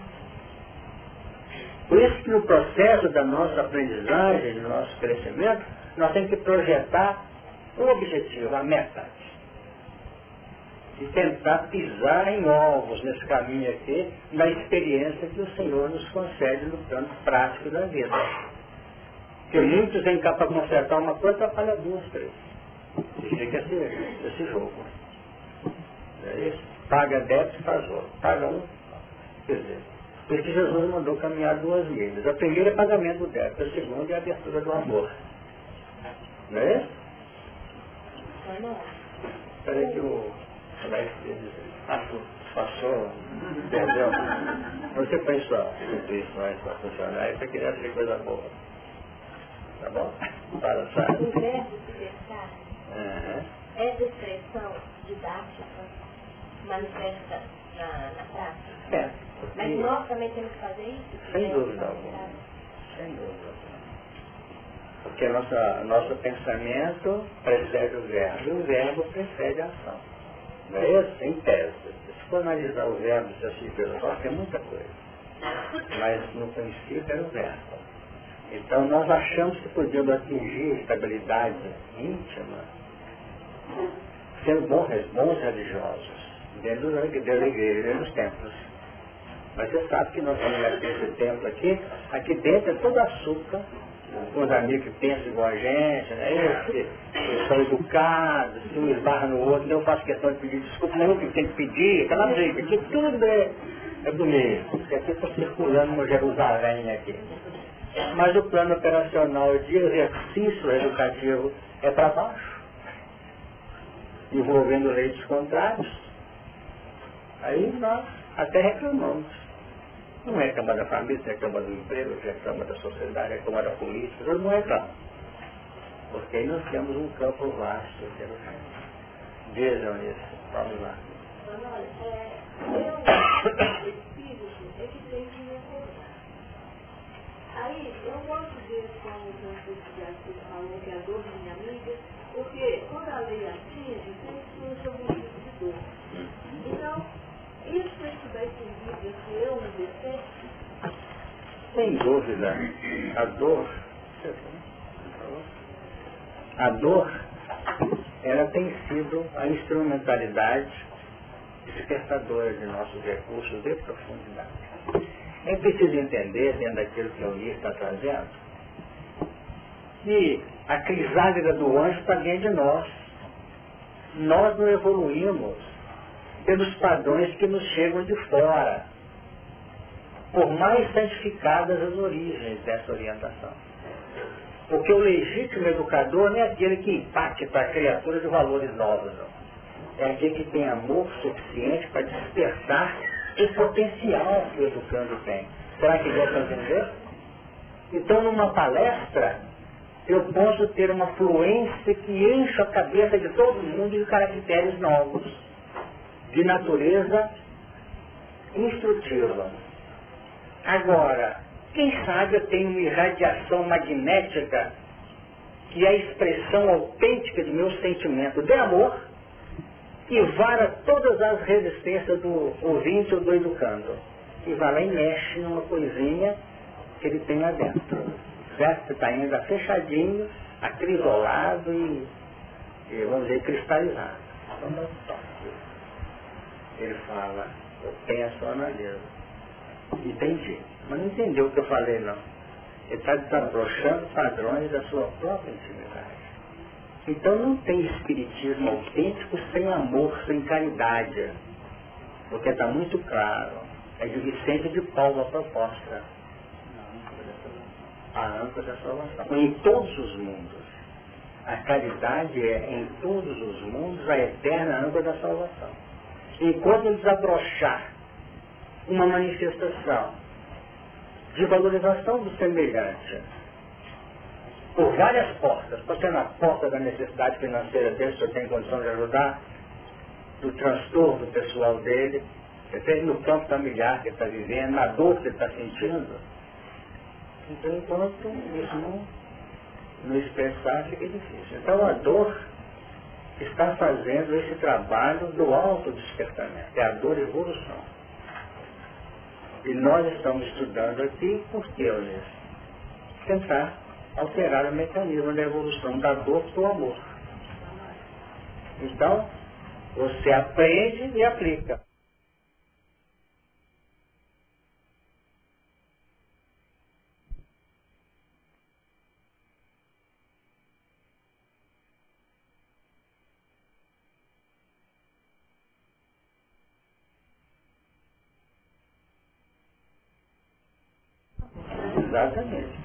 Speaker 2: Por isso que no processo da nossa aprendizagem, do nosso crescimento, nós temos que projetar o objetivo, a meta. E tentar pisar em ovos nesse caminho aqui, na experiência que o Senhor nos concede no plano prático da vida. Porque muitos vêm cá para consertar uma coisa, atrapalha duas, três. E fica esse jogo. É isso. Paga débito, faz outro. Paga um. Quer dizer, por isso Jesus mandou caminhar duas milhas. A primeira é pagamento do débito, a segunda é a abertura do amor. Não é isso? Espera aí que o passou, perdeu. Você põe sua instituições para funcionar, aí você queria ser coisa boa. Tá bom? Fala, sabe?
Speaker 4: O verbo se pensar é de expressão didática, manifesta na prática.
Speaker 2: É.
Speaker 4: Mas nós também temos que fazer isso?
Speaker 2: Sem dúvida alguma. Sem dúvida. Porque nosso pensamento precede o verbo, e o verbo precede a ação. Não é isso? Em tese. Se for analisar o verbo, se assim filosófico, é muita coisa. Mas no princípio é o verbo. Então nós achamos que podemos atingir estabilidade íntima sendo bons religiosos, dentro da igreja, dentro dos templos. Mas você sabe que nós estamos aqui nesse templo aqui dentro é todo açúcar, com os amigos que pensam igual a gente, né? Eles são educados, se um esbarra no outro, eu faço questão de pedir desculpa, não é o que tem que pedir, aquela briga, aqui tudo é bonito, porque aqui está circulando uma Jerusalém aqui. Mas o plano operacional de exercício educativo é para baixo, envolvendo leitos contrários. Aí nós até reclamamos. Não é Câmara da Família, não é Câmara do Emprego, não é Câmara da Sociedade, é Câmara da Política, nós não reclamamos. Porque aí nós temos um campo vasto. Vejam isso, vamos lá.
Speaker 4: O espírito é que tem que me acordar. Aí, eu gosto de como o Francisco falou, que é a dor de minha amiga, porque quando a lei atinge, sempre surge algum tipo de dor. Então, isso que eu estiver entendido, se eu me defeito?
Speaker 2: Sem dúvida, a dor, ela tem sido a instrumentalidade despertadora de nossos recursos de profundidade. É preciso entender, dentro daquilo que o livro está trazendo, que a crisálida do anjo está dentro de nós. Nós não evoluímos pelos padrões que nos chegam de fora, por mais santificadas as origens dessa orientação. Porque o legítimo educador não é aquele que impacta a criatura de valores novos, não. É aquele que tem amor suficiente para despertar o potencial que o educando tem. Será que deu para entender? Então, numa palestra, eu posso ter uma fluência que enche a cabeça de todo mundo de caracteres novos, de natureza instrutiva. Agora, quem sabe eu tenho uma irradiação magnética que é a expressão autêntica de meu sentimento de amor, que vara todas as resistências do ouvinte ou do educando. E vai lá e mexe numa coisinha que ele tem lá dentro. Certo? Você está ainda fechadinho, acrisolado e, vamos dizer, cristalizado. Então dá um toque. Ele fala, eu penso, analiso. Entendi. Mas não entendeu o que eu falei, não. Ele está desabrochando padrões da sua própria intimidade. Então não tem espiritismo autêntico sem amor, sem caridade. Porque está muito claro. É de Vicente de Paulo a proposta. a âncora da salvação. Em todos os mundos. A caridade é, em todos os mundos, a eterna âncora da salvação. Enquanto desabrochar uma manifestação de valorização do semelhante por várias portas, pode ser na porta da necessidade financeira dele, se eu tenho condição de ajudar, do transtorno pessoal dele, no campo familiar que ele está vivendo, na dor que ele está sentindo. Então, enquanto isso não expressar, fica difícil. Então, a dor está fazendo esse trabalho do autodespertamento, é a dor evolução. E nós estamos estudando aqui porque, olha, tentar alterar o mecanismo da evolução da dor para o amor. Então, você aprende e aplica. Exatamente.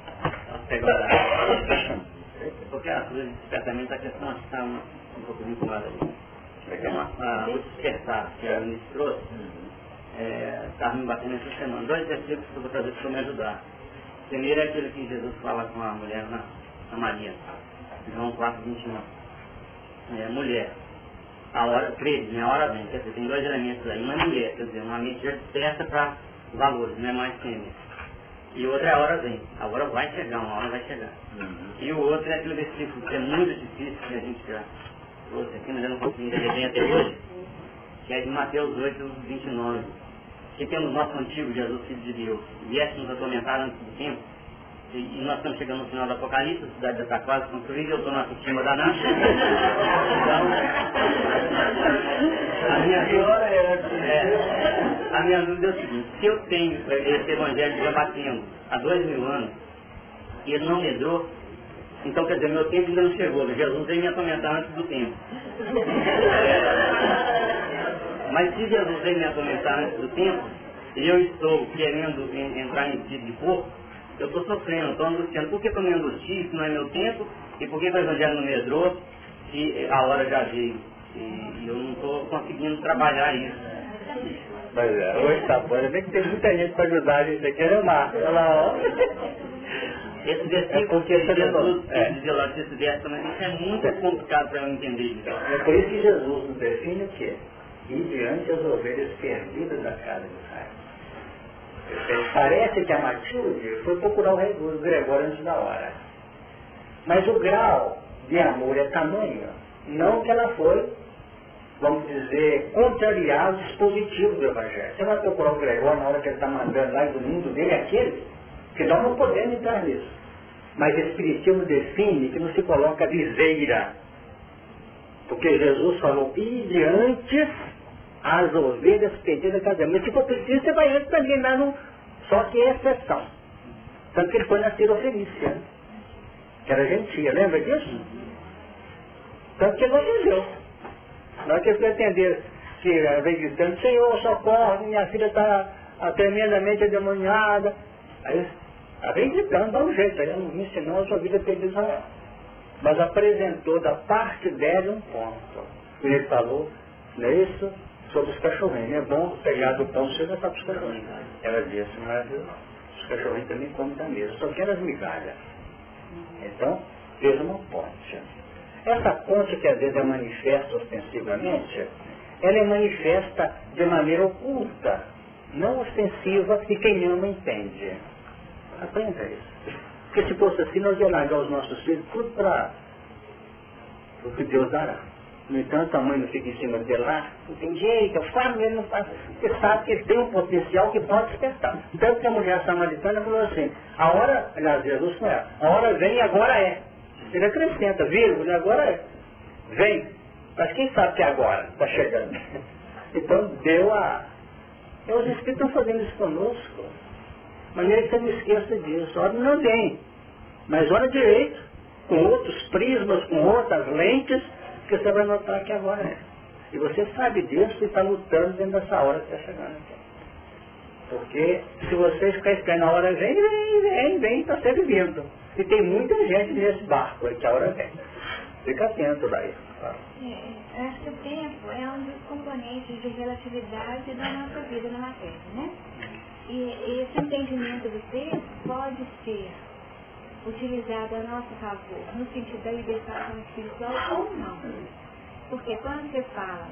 Speaker 5: Porque a coisa de despertamento, a questão está um pouco vinculada ali. O despertar que a Eunice trouxe, estava me batendo essa semana. 2 versículos que eu vou trazer para me ajudar. O primeiro é aquele que Jesus fala com a mulher, a Maria, João 4:21. Mulher, a hora, crede, minha hora vem. Quer dizer, tem 2 elementos aí. Uma é mulher, quer dizer, uma mente já desperta para valores, não é mais fêmea. E outra é a hora vem. A hora vai chegar, uma hora vai chegar. E o outro é aquele versículo que é muito difícil, que a gente já trouxe aqui, mas eu não consegui entender bem até hoje, que é de Mateus 8:29. Que temos nosso antigo Jesus, Filho de Deus, viesse nos atormentar antes do tempo, e nós estamos chegando no final do Apocalipse, a cidade já está quase construída, eu estou na cima da Nanta. Então, a minha dúvida é o seguinte: se eu tenho esse evangelho já batendo há 2000 anos, e ele não medrou, então quer dizer, meu tempo ainda não chegou, Jesus veio me atormentar antes do tempo. Mas se Jesus veio me atormentar antes do tempo, e eu estou querendo entrar em tipo de porco, eu estou sofrendo, estou angustiando. Por que eu me angustio, se não é meu tempo? E por que o evangelho não medrou, se a hora já veio? E eu não estou conseguindo trabalhar isso.
Speaker 2: Mas hoje tá bom, vê que tem muita gente para ajudar a gente aqui, né, Marcos?
Speaker 5: Esse versículo porque Jesus dizer lá, esse verso também, isso é muito complicado para eu entender isso.
Speaker 2: É por isso que Jesus nos define o quê? Ir diante as ovelhas perdidas da casa de Israel. Parece que a Matilde foi procurar o Gregório antes da hora. Mas o grau de amor é tamanho, não que ela foi, vamos dizer, contrariar o dispositivo do Evangelho. Você vai procurar o Gregório na hora que ele está mandando lá do mundo dele aquele, que nós não podemos entrar nisso. Mas o Espiritismo define que não se coloca viseira. Porque Jesus falou, ir diante as ovelhas perdidas da casa. Mas se for preciso, você vai antes também, só que é exceção. Tanto que ele foi na Cirofenícia, que era gentia, lembra disso? Tanto que ele não viveu. Na hora que ele foi atender, que veio gritando, Senhor, socorre, minha filha está tremendamente endemoniada. Aí ela veio gritando, dá um jeito, aí ela me ensinou a sua vida perdida de Israel. Mas apresentou da parte dela um ponto. E ele falou, não é isso? Sobre os cachorrinhos. É bom pegar do pão e levar para os cachorrinhos. Ela disse, mas os cachorrinhos também comem da mesa, só querem as migalhas. Então, fez uma ponte. Essa ponte, que às vezes é manifesta ostensivamente, ela é manifesta de maneira oculta, não ostensiva, e quem ama entende. Aprenda isso. Porque se fosse assim, nós iamos largar os nossos filhos tudo para o que Deus dará. No entanto, a mãe não fica em cima dele lá, não tem jeito, eu falo, ele não faz. Você sabe que ele tem um potencial que pode despertar. Tanto que a mulher samaritana falou assim, a hora, aliás, Jesus não é, a hora vem e agora é. Ele acrescenta, vírgula, agora é. Vem. Mas quem sabe que agora está chegando? Então, deu a... E os Espíritos estão fazendo isso conosco. De maneira que você não esqueça disso. A hora não vem. Mas olha direito, com outros prismas, com outras lentes, que você vai notar que agora é. E você sabe disso e está lutando dentro dessa hora que está chegando aqui. Porque se vocês ficarem esperando a hora vem, está sempre vindo. E tem muita gente nesse barco aí que a hora vem. Fica atento daí.
Speaker 1: Acho que o tempo é um dos componentes de relatividade da nossa vida na matéria, né? E esse entendimento do tempo pode ser utilizado a nosso favor, no sentido da libertação espiritual ou não. Porque quando você fala,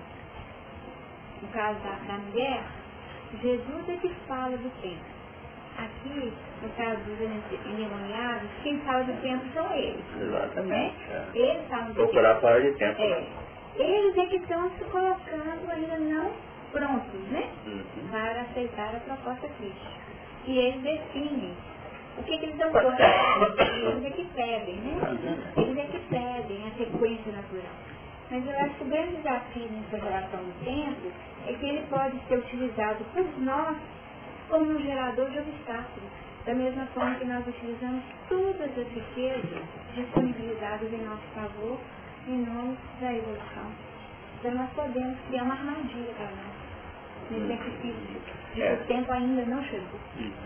Speaker 1: no caso da mulher, Jesus é que fala do tempo. Aqui, no caso dos endemoniados, quem fala do tempo são eles.
Speaker 2: Exatamente.
Speaker 1: Eles falam do
Speaker 2: Procurar
Speaker 1: tempo.
Speaker 2: fora de tempo.
Speaker 1: Eles é que estão se colocando ainda não prontos, né? Para aceitar a proposta crítica. E eles definem o que eles dão conta. Eles é que pedem, né? Eles é que pedem a sequência natural. Mas eu acho que o grande desafio nessa relação do tempo é que ele pode ser utilizado por nós como um gerador de obstáculos, da mesma forma que nós utilizamos todas as riquezas disponibilizadas em nosso favor em nome da evolução. Então nós podemos criar uma armadilha para nós, nesse exercício de que o tempo ainda não chegou.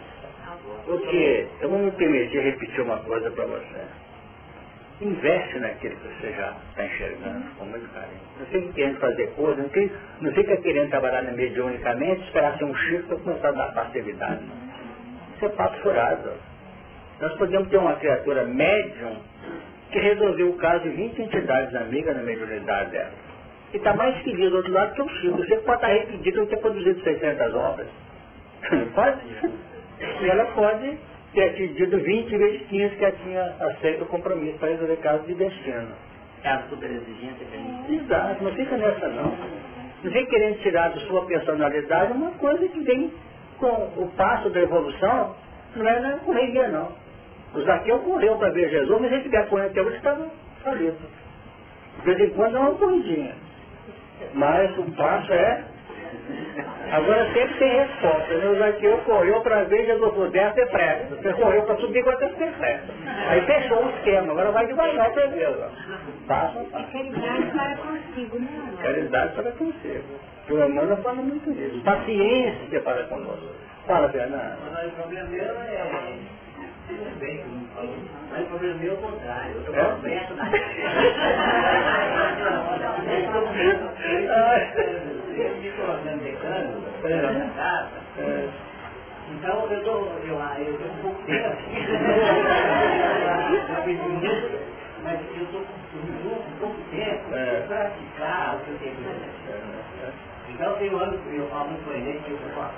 Speaker 2: Porque eu vou me permitir repetir uma coisa para você. Investe naquilo que você já está enxergando com muito carinho. Não fica querendo fazer coisa, não fica querendo trabalhar mediunicamente, esperar ser um Chico para começar a dar passividade. Isso é papo furado. Nós podemos ter uma criatura médium que resolveu o caso de 20 entidades amigas na mediunidade dela. E está mais feliz do outro lado que o Chico. Você pode estar arrependido de ter produzido 600 obras. Não pode? E ela pode ter atingido 20 vezes 15 que ela tinha aceito o compromisso para resolver casos de destino.
Speaker 5: É a super exigência que a gente...
Speaker 2: Exato, não fica nessa não. Não vem querendo tirar da sua personalidade uma coisa que vem com o passo da evolução, não é na correria não. O Zaqueu correu para ver Jesus, mas ele tiver correndo até hoje estava falido. De vez em quando é uma corridinha. Mas o passo é... Agora sempre tem resposta, né? O Zaqueu correu para ver Jesus puder ter pressa. Você correu para subir quando você tem pressa. Aí fechou o esquema, agora vai devagar para ver. Passo a passo.
Speaker 1: É caridade para consigo, né?
Speaker 2: Caridade para consigo. O Emmanuel fala muito disso. Paciência para conosco. Fala, Fernando.
Speaker 3: Mas o problema meu é... Tudo bem, como não falou. Mas o problema meu é o contrário. Eu
Speaker 2: É?
Speaker 3: estou perto da eu me colocando decano na casa. Então eu tenho um pouco de tempo. Mas eu estou com pouco tempo para praticar o que eu tenho que fazer. Então tem um ano que eu falo muito com ele que eu faço.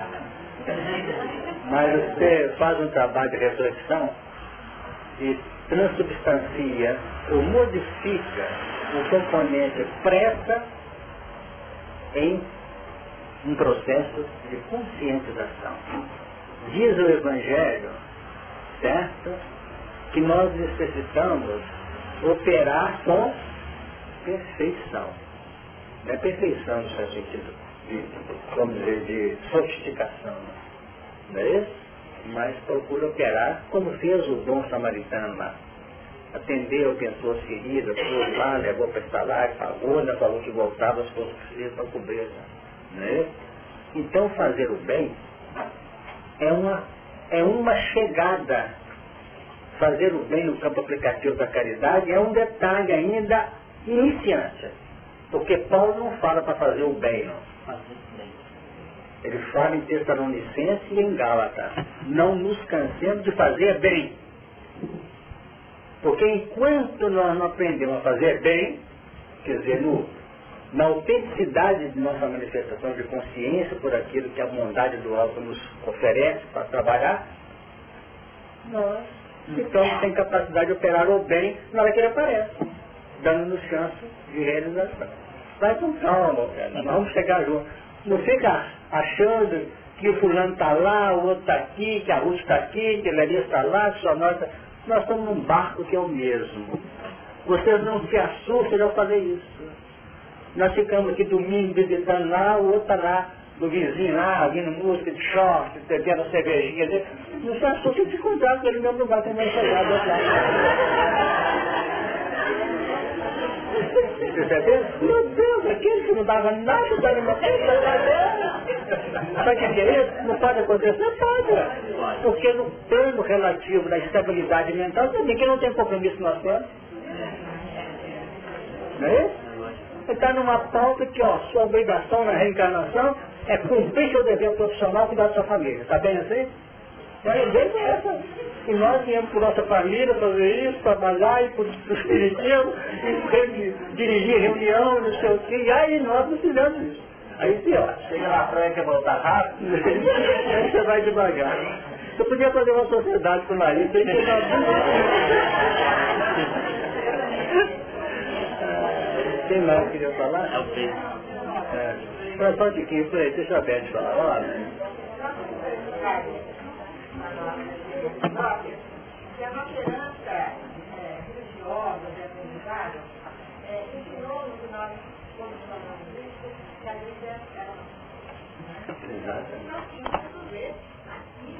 Speaker 2: Mas você faz um trabalho de reflexão e transubstancia ou modifica o componente pressa em um processo de conscientização. Diz o Evangelho, certo? Que nós necessitamos operar com perfeição. Não é perfeição no seu sentido de, vamos dizer, de sofisticação. Não é isso? Mas procura operar como fez o bom samaritano lá. Atendeu quem fosse ferida, foi lá, levou para estalar, pagou, ainda falou que voltava se fosse preciso para cobrir. Não é isso? Então fazer o bem é uma chegada. Fazer o bem no campo aplicativo da caridade é um detalhe ainda iniciante. Porque Paulo não fala para fazer o bem, não. Ele fala em Tessalonicenses e em Gálatas. Não nos cansemos de fazer bem. Porque enquanto nós não aprendemos a fazer bem, quer dizer, na autenticidade de nossa manifestação de consciência por aquilo que a bondade do alto nos oferece para trabalhar, nós ficamos sem capacidade de operar o bem na hora que ele aparece, dando-nos chance de realização. Vai com calma, cara. Nós vamos chegar juntos. Não fica achando que o fulano está lá, o outro está aqui, que a Ruth está aqui, que a Lelia está lá, que só nós... Nós estamos num barco que é o mesmo. Vocês não se assustem ao fazer isso. Nós ficamos aqui domingo visitando lá, o outro está lá, do vizinho lá, ouvindo música de short, bebendo cervejinha dele. Não se assustem de encontrar com ele mesmo não vai também chegar do outro lado. Você percebeu? Meu Deus, aquele que não dava nada, estava no Sabe o que é isso? Não pode acontecer? Pode. Porque no plano relativo da estabilidade mental, também que não tem compromisso com nós temos. Não é isso? Você está numa pauta que, ó, sua obrigação na reencarnação é cumprir seu dever profissional e cuidar da sua família. Está bem assim? E aí vem essa. E nós viemos para nossa família fazer isso, trabalhar, ir para o espiritismo, dirigir reunião, não sei o quê. E aí nós não fizemos isso. Aí sim, ó, chega na praia quer voltar rápido, aí você vai devagar. Você podia fazer uma sociedade com o nariz, sem ter Quem mais queria falar?
Speaker 5: É o Pedro.
Speaker 2: Só um tiquinho, por aí, deixa a Beth falar. Olha.
Speaker 4: Que a nossa herança religiosa, comunidade, ensinou-nos que nós, quando falamos isso, que a vida era
Speaker 2: Exato.
Speaker 4: nós tínhamos que ver aqui,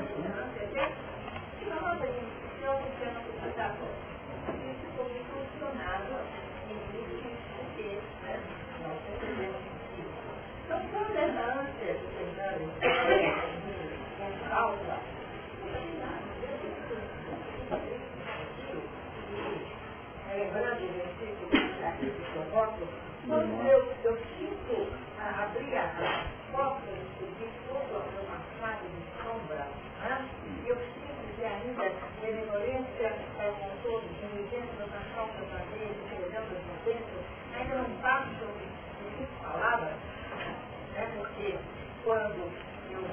Speaker 4: que nós temos um sistema computador. Isso foi funcionado em porque nós percebemos que são coordenâncias com causa. Lembrando o versículo que eu gosto, quando eu sinto abrir a porta de todo o meu passado de sombra, e eu sinto que ainda benevolência com todos, dentro das faltas da lei, olhando de dentro, ainda não basto de palavras, porque quando eu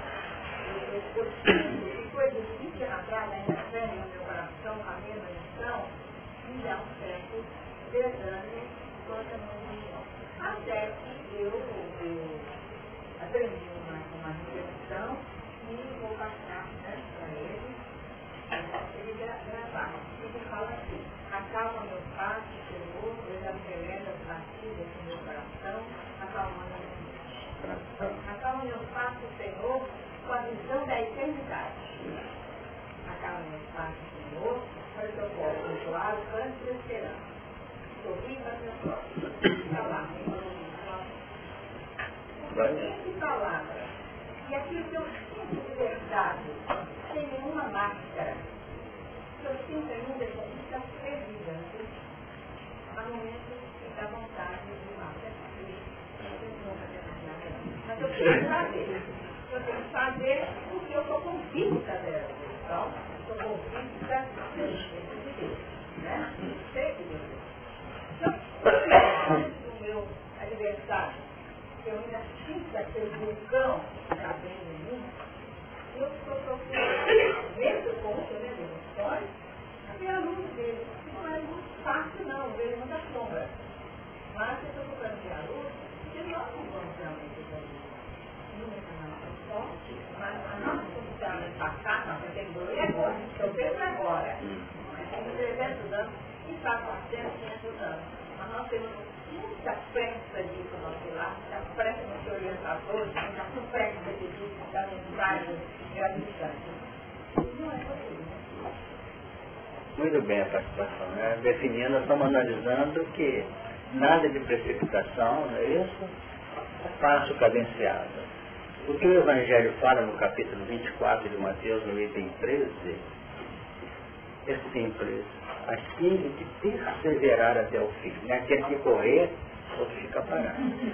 Speaker 4: sinto que coisas que atrás ainda tem no meu coração a mesma lição, me dá um certo desânimo quanto a minha religião. Até que eu aprendi uma reflexão e vou passar para ele gravar. Ele fala assim: acalma meu passo, Senhor, eu já revelo as batidas do meu coração, acalmando a minha mente. Acalma meu passo, Senhor, com a visão da eternidade. Acalma meu passo, Senhor, para que eu possa controlar o canto da esperança. Sorri para meus olhos. Calar. Essa palavra e aquilo que eu sinto de verdade, sem nenhuma máscara, que eu sinto ainda que está perdida. Há momentos que dá vontade de matar. Mas eu tenho que saber. Eu tenho que saber porque eu estou convicta dela. Então, estou convicta de Deus. Né? Sei de Deus. Então, o meu adversário, que eu ainda sinto aquele vulcão que está dentro de mim, eu estou procurando, nesse ponto, né, de história, até a luz dele. Não é muito fácil, não, vejo muita sombra. Mas eu estou procurando ver a luz, porque nós não vamos realmente ver a luz. Nunca na nossa sorte, mas a nossa condição de passar, nossa categoria é agora. Eu vejo agora. Tem 300 anos e está com 400 anos. Mas nós temos muita pressa disso ao nosso lado, muita pressa de ser orientadores, muita pressa de dar mensagem gratificante. Não é possível.
Speaker 2: Muito bem a participação, né? Definindo, nós estamos analisando que nada de precipitação, não é isso? É passo cadenciado. O que o Evangelho fala no capítulo 24 de Mateus, no item 13, é simples. Aquele que perseverar até o fim. Não é aquele que correr, outro fica parado.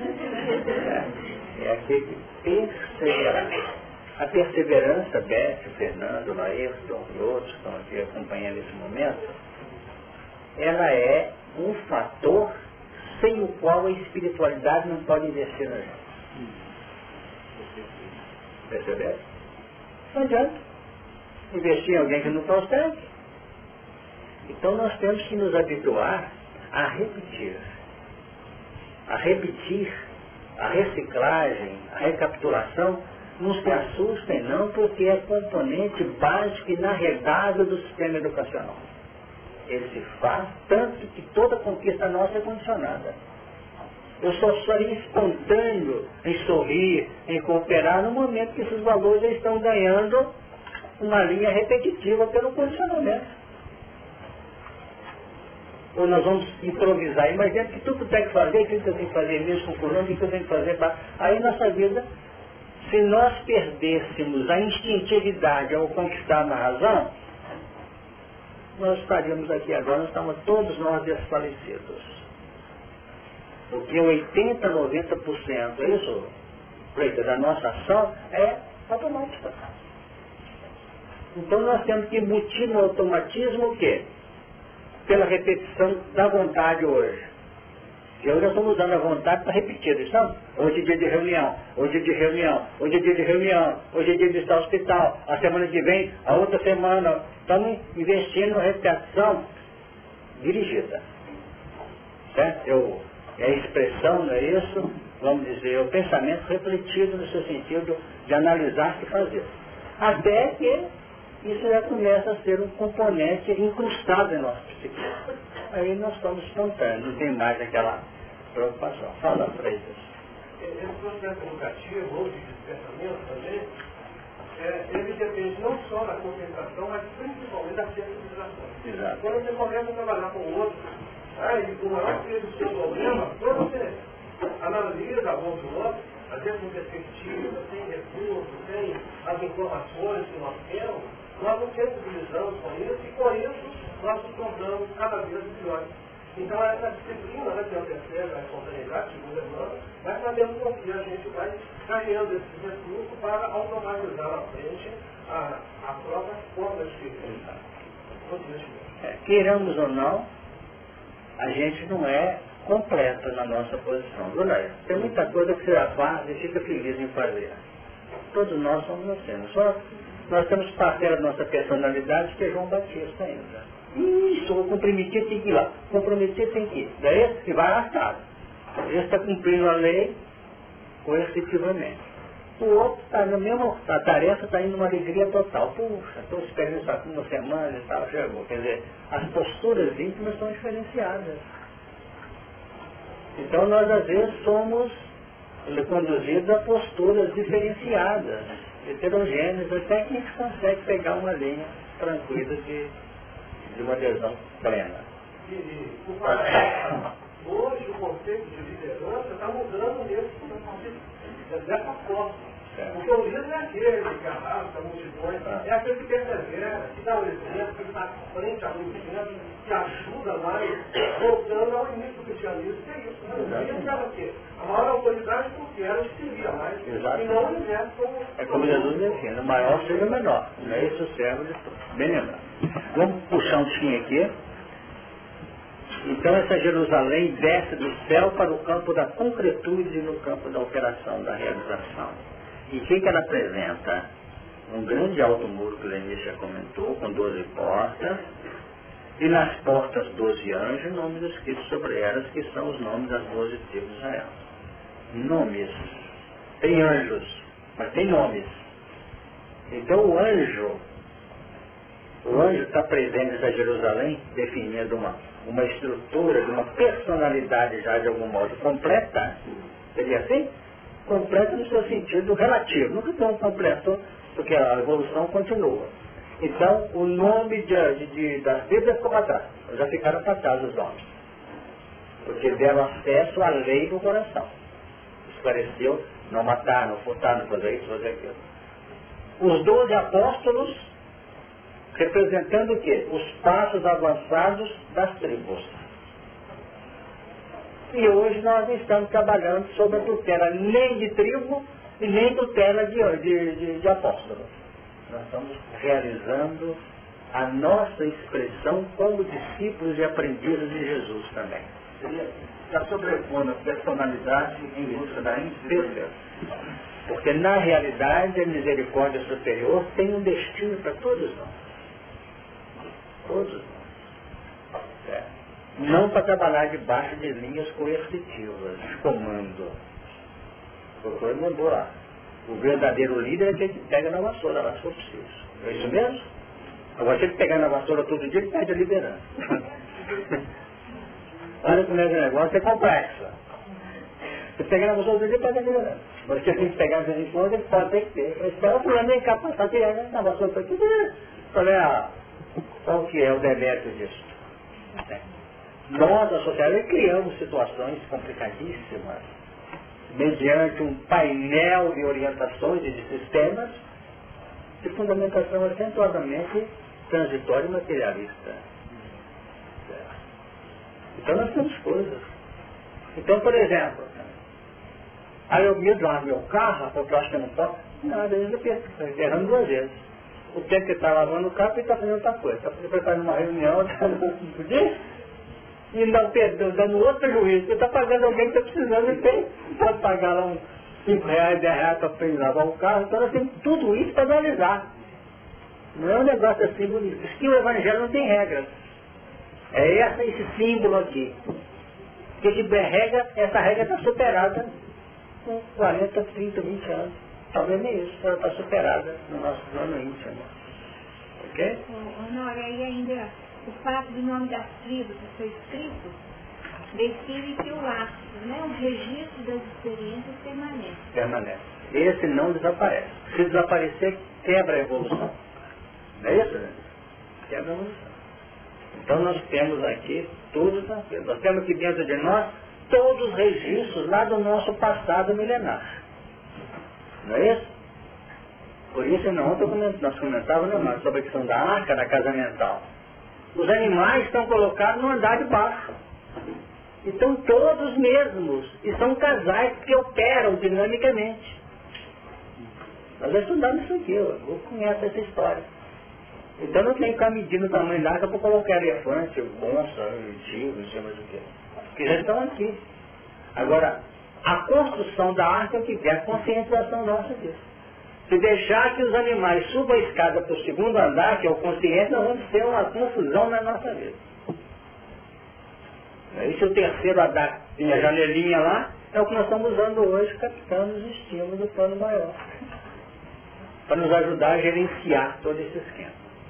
Speaker 2: É aquele que perseverar. A perseverança, Beth, Fernando, Laerton e outros que estão aqui acompanhando esse momento, ela é um fator sem o qual a espiritualidade não pode investir na gente. Percebeu? Não adianta investir em alguém que não consegue. Então nós temos que nos habituar a repetir. A repetir, a reciclagem, a recapitulação. Não se assustem não, porque é componente básico e inarredável do sistema educacional. Ele se faz tanto que toda conquista nossa é condicionada. Eu só seria espontâneo em sorrir, em cooperar, no momento que esses valores já estão ganhando uma linha repetitiva pelo condicionamento. Ou nós vamos improvisar, imagina que tudo tem que fazer, aquilo que eu tenho que fazer mesmo com fulano, o que eu tenho que fazer, aí nossa vida Se nós perdêssemos a instintividade ao conquistar a razão, nós estaríamos aqui agora, nós estamos todos nós desfalecidos. Porque 80%, 90%, é isso, da nossa ação é automática. Então nós temos que embutir no automatismo o quê? Pela repetição da vontade hoje. E hoje nós estamos usando a vontade para repetir, estamos? Hoje é dia de reunião, hoje é dia de reunião, hoje é dia de reunião, hoje é dia de estar no hospital, a semana que vem, a outra semana. Estamos investindo na repetição dirigida. Certo? É a expressão, não é isso? Vamos dizer, é o pensamento refletido no seu sentido de analisar e fazer. Até que isso já começa a ser um componente incrustado em nosso psiquismo. Aí nós estamos espontâneos, não tem mais aquela preocupação. Fala, Freitas.
Speaker 3: Esse processo educativo, ou de pensamento também, ele depende não só da concentração, mas principalmente da sensibilização.
Speaker 2: Exato.
Speaker 3: Quando você começa a trabalhar com o outro, e com o maior peso do seu problema, quando você analisa a voz do outro, às vezes com perspectiva, tem recursos, tem as informações que nós temos, nós nos sensibilizamos com isso e com isso nós nos tornamos cada vez melhores. Então essa disciplina, que é o terceiro, a espontaneidade, segundo Emmanuel, vai sabendo com que a gente vai ganhando esses recursos para automatizar na frente a própria forma de pensar.
Speaker 2: Queiramos ou não, a gente não é completa na nossa posição. Tem muita coisa que você faz e fica feliz em fazer. Todos nós somos assim. Só nós temos parcela da nossa personalidade que é João Batista ainda. Isso, o comprometido tem que ir lá. O comprometido tem que ir. Daí ele vai arrastado. Ele está cumprindo a lei coercitivamente. O outro está na mesma, a tarefa está indo numa alegria total. Puxa, estou esperando isso aqui uma semana e tal, chegou. Quer dizer, as posturas íntimas são diferenciadas. Então nós às vezes somos conduzidos a posturas diferenciadas, heterogêneas, até que a gente consegue pegar uma linha tranquila de uma adesão plena.
Speaker 3: Hoje o conceito de liderança está mudando dessa forma. Porque o líder é aquele que arrasta multidões, é aquele que persevera, que dá o exemplo, que está à frente a movimento, que ajuda mais, voltando ao início do cristianismo, que é isso. O líder era o quê? A maior autoridade porque era o que servia mais, e não o universo como...
Speaker 2: É como Jesus define, o maior seja o menor, não é isso o servo de todos. Bem lembrado. Vamos puxar um tiquinho aqui. Então essa Jerusalém desce do céu para o campo da concretude e no campo da operação, da realização. E o que ela apresenta? Um grande alto muro que o Lenícia já comentou, com 12 portas, e nas portas 12 anjos, nomes escritos sobre elas, que são os nomes das 12 tribos de Israel. Nomes. Tem anjos, mas tem nomes. Então o anjo está presente nessa Jerusalém, definindo uma estrutura, de uma personalidade já de algum modo completa. Seria assim? Completa no seu sentido relativo. Nunca tão completo, porque a evolução continua. Então, o nome das tribos ficou para trás. Já ficaram para trás os nomes. Porque deram acesso à lei do coração. Esclareceu, não matar, não furtar, não fazer isso, fazer aquilo. Os 12 apóstolos, representando o quê? Os passos avançados das tribos. E hoje nós não estamos trabalhando sob a tutela nem de tribo e nem tutela de apóstolo. Nós estamos realizando a nossa expressão como discípulos e aprendizes de Jesus também. Está sobrepondo a personalidade em busca da imperfeição. Porque na realidade a misericórdia superior tem um destino para todos nós. Todos nós. Não para trabalhar debaixo de linhas coercitivas, de comando. O doutor mandou lá. O verdadeiro líder é aquele que pega na vassoura lá, se for preciso. É isso mesmo? Agora, se ele pegar na vassoura todo dia, ele perde a liderança. Olha como é que o negócio é complexo. Se pegar na vassoura todo dia, perde a liderança. Agora, se ele tem que pegar de vez em quando, ele pode ter que ter. Mas espera o fulano nem capaz de pegar na vassoura todo dia. Qual que é o demérito disso? Nós, a sociedade, criamos situações complicadíssimas mediante um painel de orientações e de sistemas de fundamentação acentuadamente transitória e materialista. Então nós temos coisas. Então, por exemplo, aí eu me lavo meu carro, porque eu acho que eu não posso. Nada, eu estou errando 2 vezes. O tempo que está lavando o carro, ele está fazendo outra coisa. Está fazendo uma reunião, está no dia, e dando outro prejuízo. Você está pagando alguém que está precisando e tem. Pode pagar lá uns R$5, R$10 para ele lavar o carro. Então nós temos tudo isso para analisar. Não é um negócio assim bonito. Isso que o Evangelho não tem regras. É esse símbolo aqui. Que tiver regra, essa regra está superada com 40, 30, 20 anos. Talvez nem isso, ela está superada no nosso plano íntimo. Ok?
Speaker 1: Honório, aí ainda o fato do nome das tribos ser escrito define que o laço, né, o registro das experiências permanece.
Speaker 2: Permanece. Esse não desaparece. Se desaparecer, quebra a evolução. Não é isso, né? Quebra a evolução. Então nós temos aqui tudo tranquilo. Nós temos aqui dentro de nós todos os registros lá do nosso passado milenar. Não é isso? Por isso, ontem nós comentávamos sobre a questão da arca, da casa mental. Os animais estão colocados no andar de baixo. E estão todos mesmos. E são casais que operam dinamicamente. Nós já estudamos isso aqui, eu conheço essa história. Então não tem que ficar medindo o tamanho da arca para colocar elefante, onça, tigre, não sei mais o que. Porque já estão aqui. Agora, a construção da arca é o que quer, a conscientização nossa disso. Se deixar que os animais subam a escada para o segundo andar, que é o consciente, nós vamos ter uma confusão na nossa vida. E se o terceiro andar tem a janelinha lá, é o que nós estamos usando hoje, captando os estímulos do plano maior. Para nos ajudar a gerenciar todo esse esquema.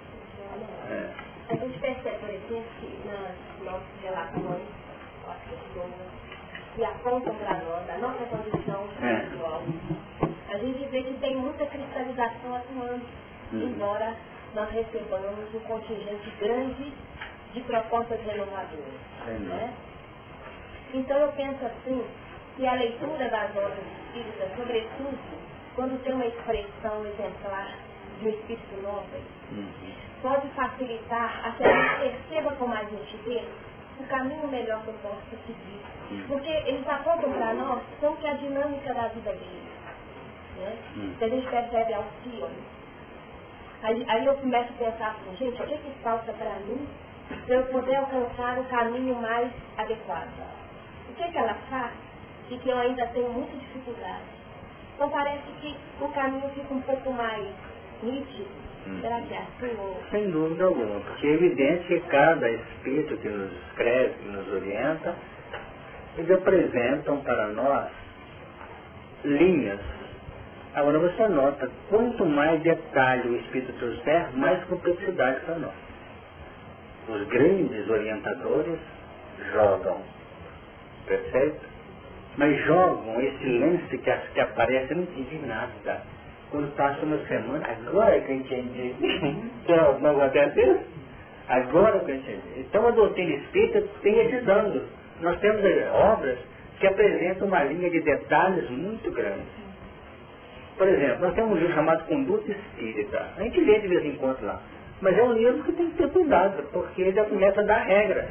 Speaker 4: A gente percebe, por exemplo, que nas nossas relações com as pessoas que apontam para nós, a nossa condição espiritual, a gente vê que tem muita cristalização atuando, embora nós recebamos um contingente grande de propostas renovadoras. Né? Então eu penso assim, que a leitura das obras espíritas, sobretudo, quando tem uma expressão exemplar de um espírito nobre, pode facilitar a que a gente perceba com mais nitidez o caminho melhor que eu posso seguir. Porque eles apontam para nós como que é a dinâmica da vida deles. Né? Que a gente percebe ao filme. Aí eu começo a pensar assim, gente, o que falta para mim para eu poder alcançar o caminho mais adequado? O que ela faz e que eu ainda tenho muita dificuldade? Então parece que o caminho fica um pouco mais nítido. Será que é assim?
Speaker 2: Sem dúvida alguma, porque é evidente que cada espírito que nos escreve, que nos orienta, eles apresentam para nós linhas. Agora você nota, quanto mais detalhe o espírito trouxer, mais complexidade para nós. Os grandes orientadores jogam, percebe? Mas jogam esse lance que aparece, eu não entendi nada. Quando passa uma semana, agora que eu entendi. Não acontece isso? Agora que eu entendi. Então a doutrina espírita tem esses ângulos. Nós temos obras que apresentam uma linha de detalhes muito grande. Por exemplo, nós temos um livro chamado Conduta Espírita. A gente lê de vez em quando lá. Mas é um livro que tem que ter cuidado, porque ele já começa a dar regras.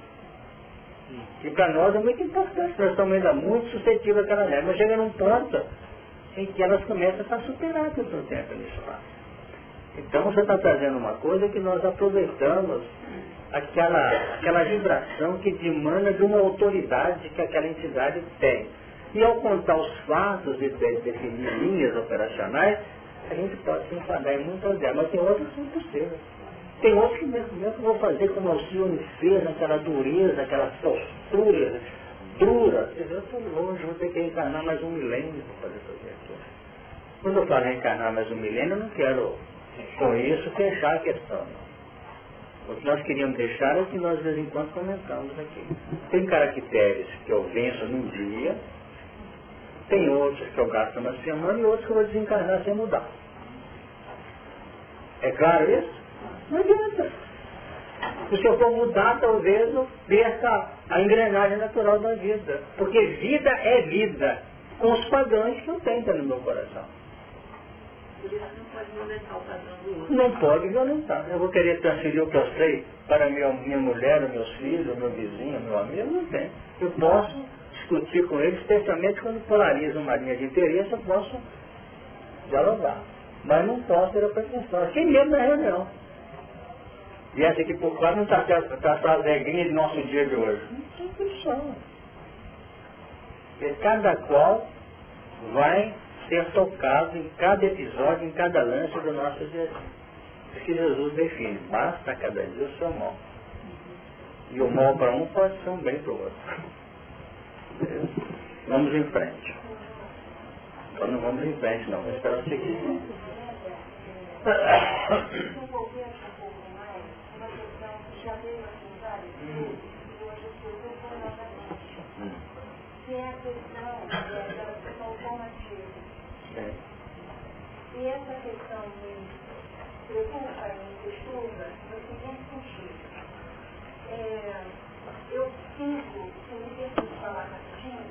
Speaker 2: E para nós é muito importante, nós estamos ainda muito suscetíveis àquela regra. Mas chega num ponto em que elas começam a estar superadas no tempo e no espaço. Então você está trazendo uma coisa que nós aproveitamos aquela vibração que demanda de uma autoridade que aquela entidade tem. E ao contar os fatos e definir linhas operacionais, a gente pode se enquadrar em muitas delas, mas tem outras que são impossíveis. Tem outros que mesmo vou fazer como o Alcione fez, aquela dureza, aquela postura dura. Eu estou longe, vou ter que reencarnar mais um milênio para fazer tudo aquilo. Quando eu falo reencarnar mais um milênio, eu não quero com isso fechar a questão. Não. O que nós queríamos deixar é o que nós de vez em quando comentamos aqui. Tem caracteres que eu venço num dia, tem outros que eu gasto uma semana e outros que eu vou desencarnar sem mudar. É claro isso? Não adianta. Se eu for mudar, talvez eu perca a engrenagem natural da vida. Porque vida é vida. com os padrões que eu tenho no meu coração.
Speaker 4: Por isso não pode violentar o padrão do outro.
Speaker 2: Não pode violentar. Eu vou querer transferir o que eu sei para minha mulher, os meus filhos, o meu vizinho, o meu amigo, não tem. Eu posso discutir com eles, especialmente quando polariza uma linha de interesse, eu posso dialogar. Mas não posso ter a pretensão. Assim mesmo na reunião. E essa aqui por fora não está as regrinhas do nosso dia de hoje. Não tem condição. Porque cada qual vai ser tocado em cada episódio, em cada lance do nosso dia. Porque Jesus define, basta cada dia o seu mal. E o mal para um pode ser um bem para o outro. Vamos em frente. Então não vamos em frente não, vamos esperar o seguinte.
Speaker 1: Que é a questão da questão formativa. E essa questão me preocupa e me perturba no seguinte sentido. Eu sinto, se me permite falar rapidinho,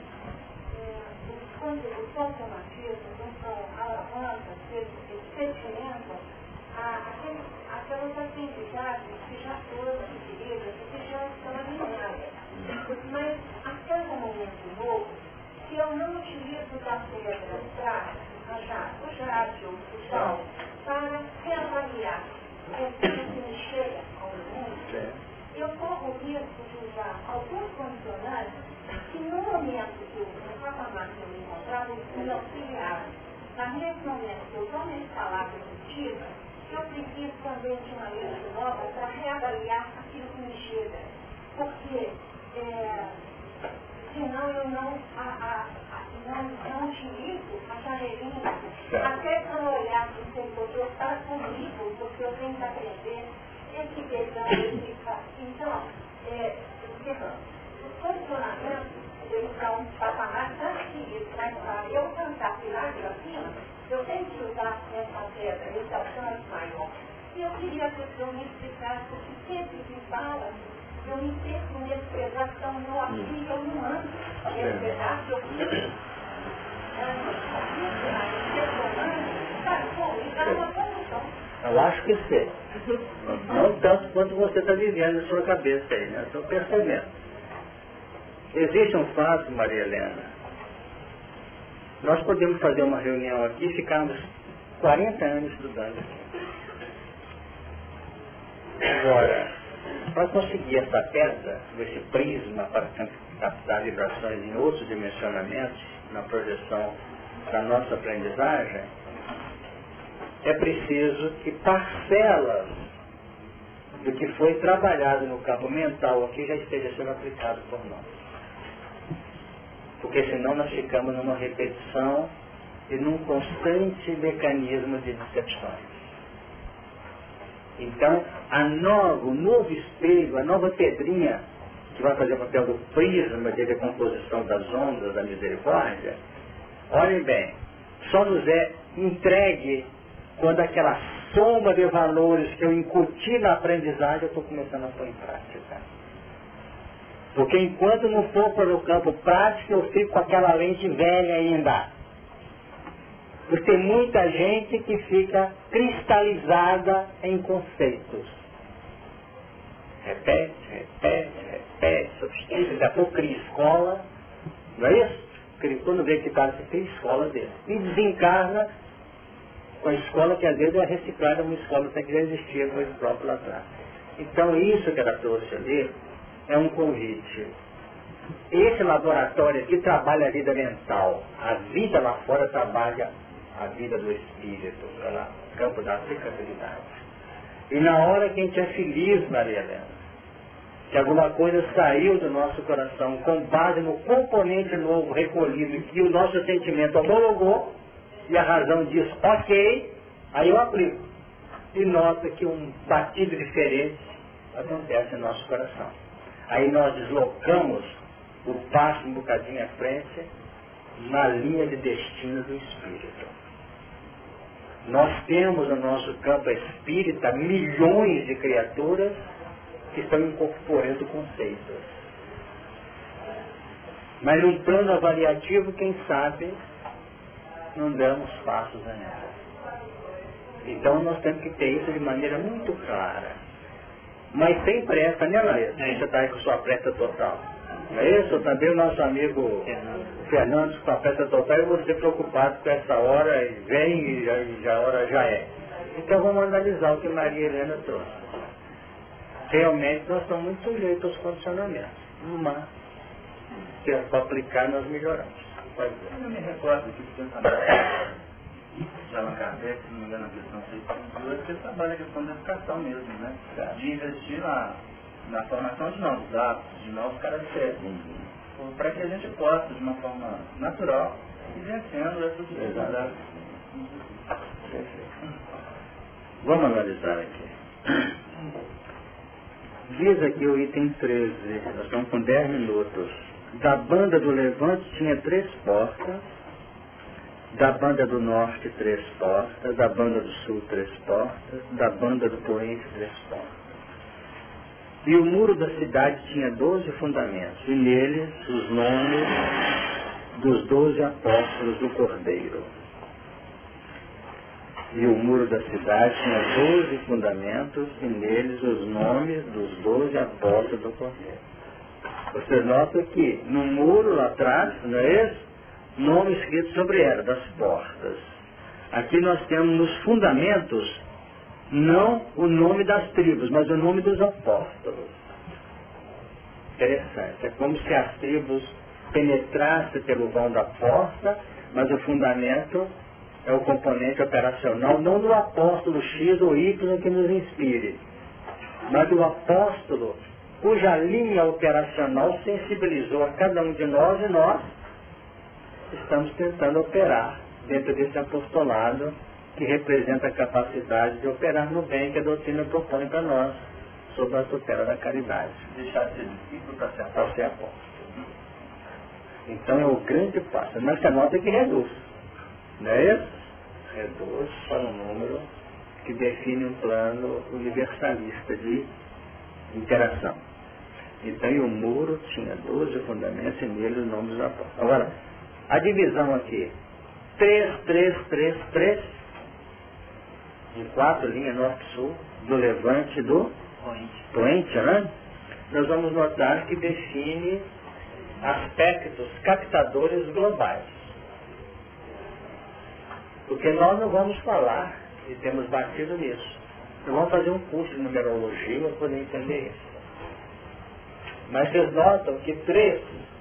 Speaker 1: o som formativo não são alavancas que sedimentam aquelas atividades que já foram adquiridas e que já estão alinhadas. Mas a cada momento novo, se eu não utilizo da pedra prática, o jade ou o sal, para reavaliar aquilo que me chega ao mundo, eu corro o risco de usar alguns condicionantes que no momento que eu, no patamar que eu me encontrava, me auxiliaram. Mas nesse momento que eu estou nessa palavra positiva, eu preciso também de uma lei nova para reavaliar aquilo que me chega. Porque senão eu não utilizo a janelinha até para olhar para o seu está comigo, porque eu tenho que aprender esse questão, então, o funcionamento dele para um patamar transferido, mas para eu alcançar pilar de acima, eu tenho que usar essa pedra, esse alcance maior. E eu queria que o senhor me explicasse, porque sempre que fala, eu me perco nesse pedaço, então não aqui, eu não ando nesse pedaço, eu fico
Speaker 2: eu acho que sim. Não tanto quanto você está vivendo na sua cabeça aí, né? Estou percebendo. Existe um fato, Maria Helena. Nós podemos fazer uma reunião aqui e ficarmos 40 anos estudando aqui. Agora, para conseguir essa pedra, esse prisma para captar vibrações em outros dimensionamentos, na projeção da nossa aprendizagem, é preciso que parcelas do que foi trabalhado no campo mental aqui já esteja sendo aplicado por nós. Porque senão nós ficamos numa repetição e num constante mecanismo de decepções. Então, o novo espelho, a nova pedrinha, que vai fazer o papel do prisma de decomposição das ondas da misericórdia, olhem bem, só nos é entregue quando aquela soma de valores que eu incuti na aprendizagem, eu estou começando a pôr em prática. Porque enquanto não for para o campo prático, eu fico com aquela lente velha ainda. Porque tem muita gente que fica cristalizada em conceitos. Repete, substitui, daqui a pouco cria escola, não é isso? Quando vê que está, você tem escola dele. E desencarna com a escola que às vezes é reciclada, uma escola que já existia com ele próprio lá atrás. Então isso que ela trouxe ali é um convite. Esse laboratório aqui trabalha a vida mental. A vida lá fora trabalha a vida do espírito, lá, campo da aplicabilidade. E na hora que a gente é feliz, Maria Helena, que alguma coisa saiu do nosso coração com base no componente novo recolhido que o nosso sentimento homologou e a razão diz ok, aí eu aplico. E nota que um batido diferente acontece no nosso coração. Aí nós deslocamos o passo um bocadinho à frente na linha de destino do espírito. Nós temos no nosso campo espírita milhões de criaturas que estão incorporando conceitos. Mas num plano avaliativo, quem sabe, não damos passos a nela. Então nós temos que ter isso de maneira muito clara. Mas sem pressa, né, Larissa? Você está aí com sua pressa total. Não é isso? Também o nosso amigo Fernando com a pressa total, e você preocupado com essa hora, e vem e a hora já é. Então vamos analisar o que Maria Helena trouxe. Realmente nós estamos muito sujeitos aos condicionamentos. Mas, se é para aplicar, nós melhoramos.
Speaker 5: Eu me recordo que o pensamento de Allan Kardec, se não me engano, na questão 6.2, que ele trabalha a questão da educação mesmo, né? De investir na formação de novos hábitos, de novos caracteres, para que a gente possa, de uma forma natural, ir vencendo essas dificuldades.
Speaker 2: Vamos analisar aqui. Diz aqui o item 13, nós estamos com 10 minutos. Da banda do Levante tinha 3 portas, da banda do Norte 3 portas, da banda do Sul 3 portas, da banda do Poente 3 portas. E o muro da cidade tinha 12 fundamentos, e neles os nomes dos 12 apóstolos do Cordeiro. E o muro da cidade tinha 12 fundamentos, e neles os nomes dos 12 apóstolos do Cordeiro. Você nota que no muro lá atrás, não é isso? Nome escrito sobre ela, das portas. Aqui nós temos nos fundamentos, não o nome das tribos, mas o nome dos apóstolos. Interessante. É como se as tribos penetrassem pelo vão da porta, mas o fundamento é o componente operacional, não do apóstolo X ou Y que nos inspire, mas do apóstolo cuja linha operacional sensibilizou a cada um de nós, e nós estamos tentando operar dentro desse apostolado que representa a capacidade de operar no bem que a doutrina propõe para nós, sob a tutela da caridade.
Speaker 5: Deixar de ser discípulo para
Speaker 2: ser apóstolo. Então é o grande passo. Mas você nota que reduz. Não é isso? Reduz para um número que define um plano universalista de interação. Então, e o muro tinha 12 fundamentos, e nele os nomes dos apóstolos. Agora, a divisão aqui, 3, 3, 3, 3, em 4 linhas norte-sul, do levante do poente, né? Nós vamos notar que define aspectos captadores globais. Porque nós não vamos falar, e temos batido nisso, nós vamos fazer um curso de numerologia para poder entender isso. Mas vocês notam que 3,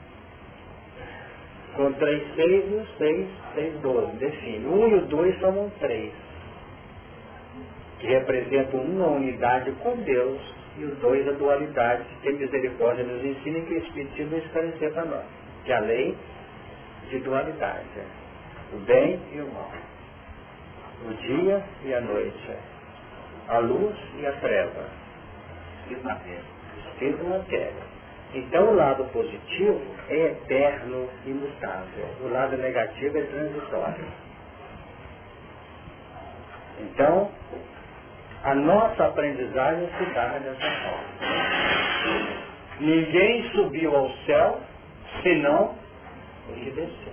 Speaker 2: com 3, 6 e o 6, 6, 12, define. 1 e o 2 somam 3, que representam 1 a unidade com Deus, e o 2 a dualidade, que a misericórdia nos ensina, que o Espiritismo vai esclarecer para nós, que é a lei de dualidade, o bem e o mal, o dia e a noite, a luz e a treva, espírito e matéria. Então o lado positivo é eterno e imutável, o lado negativo é transitório. Então, a nossa aprendizagem se dá dessa forma. Ninguém subiu ao céu senão o que desceu.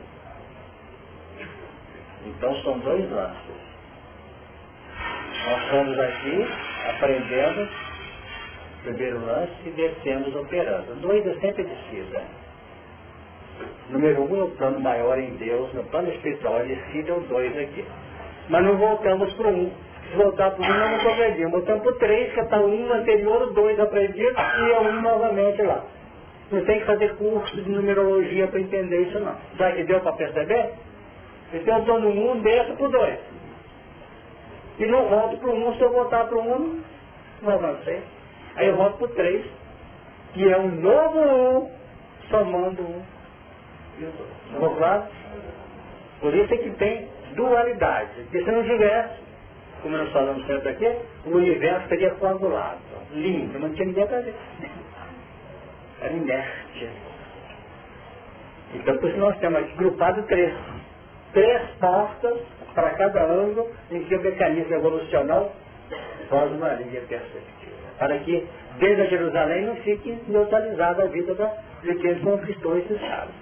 Speaker 2: Então são 2 lances. Nós estamos aqui aprendendo o primeiro lance e descemos operando. 2 é sempre descida. Número 1 é o plano maior em Deus, no plano espiritual é descida, é o 2 aqui. Mas não voltamos para o 1. Se voltar para o 1, nós não progredimos. Voltamos para o 3, que está o 1 anterior, o 2 aprendido, e é o 1 novamente lá. Não tem que fazer curso de numerologia para entender isso não. Já que deu para perceber? Então eu estou no 1, desço para o 2. E não volto para o 1, se eu voltar para o 1, não avancei. Aí eu volto para o 3, que é um novo 1, somando 1 e o 2. Ficou claro? Por isso é que tem dualidade. Porque se não tivesse, como nós falamos sempre aqui, o universo seria coagulado, limpo, não tinha ninguém para ver. Era inerte. Então por isso nós temos aqui grupado 3 portas para cada ângulo em que o mecanismo evolucional faz uma linha perspectiva. Para que desde a Jerusalém não fique neutralizada a vida de quem conquistou esses chaves.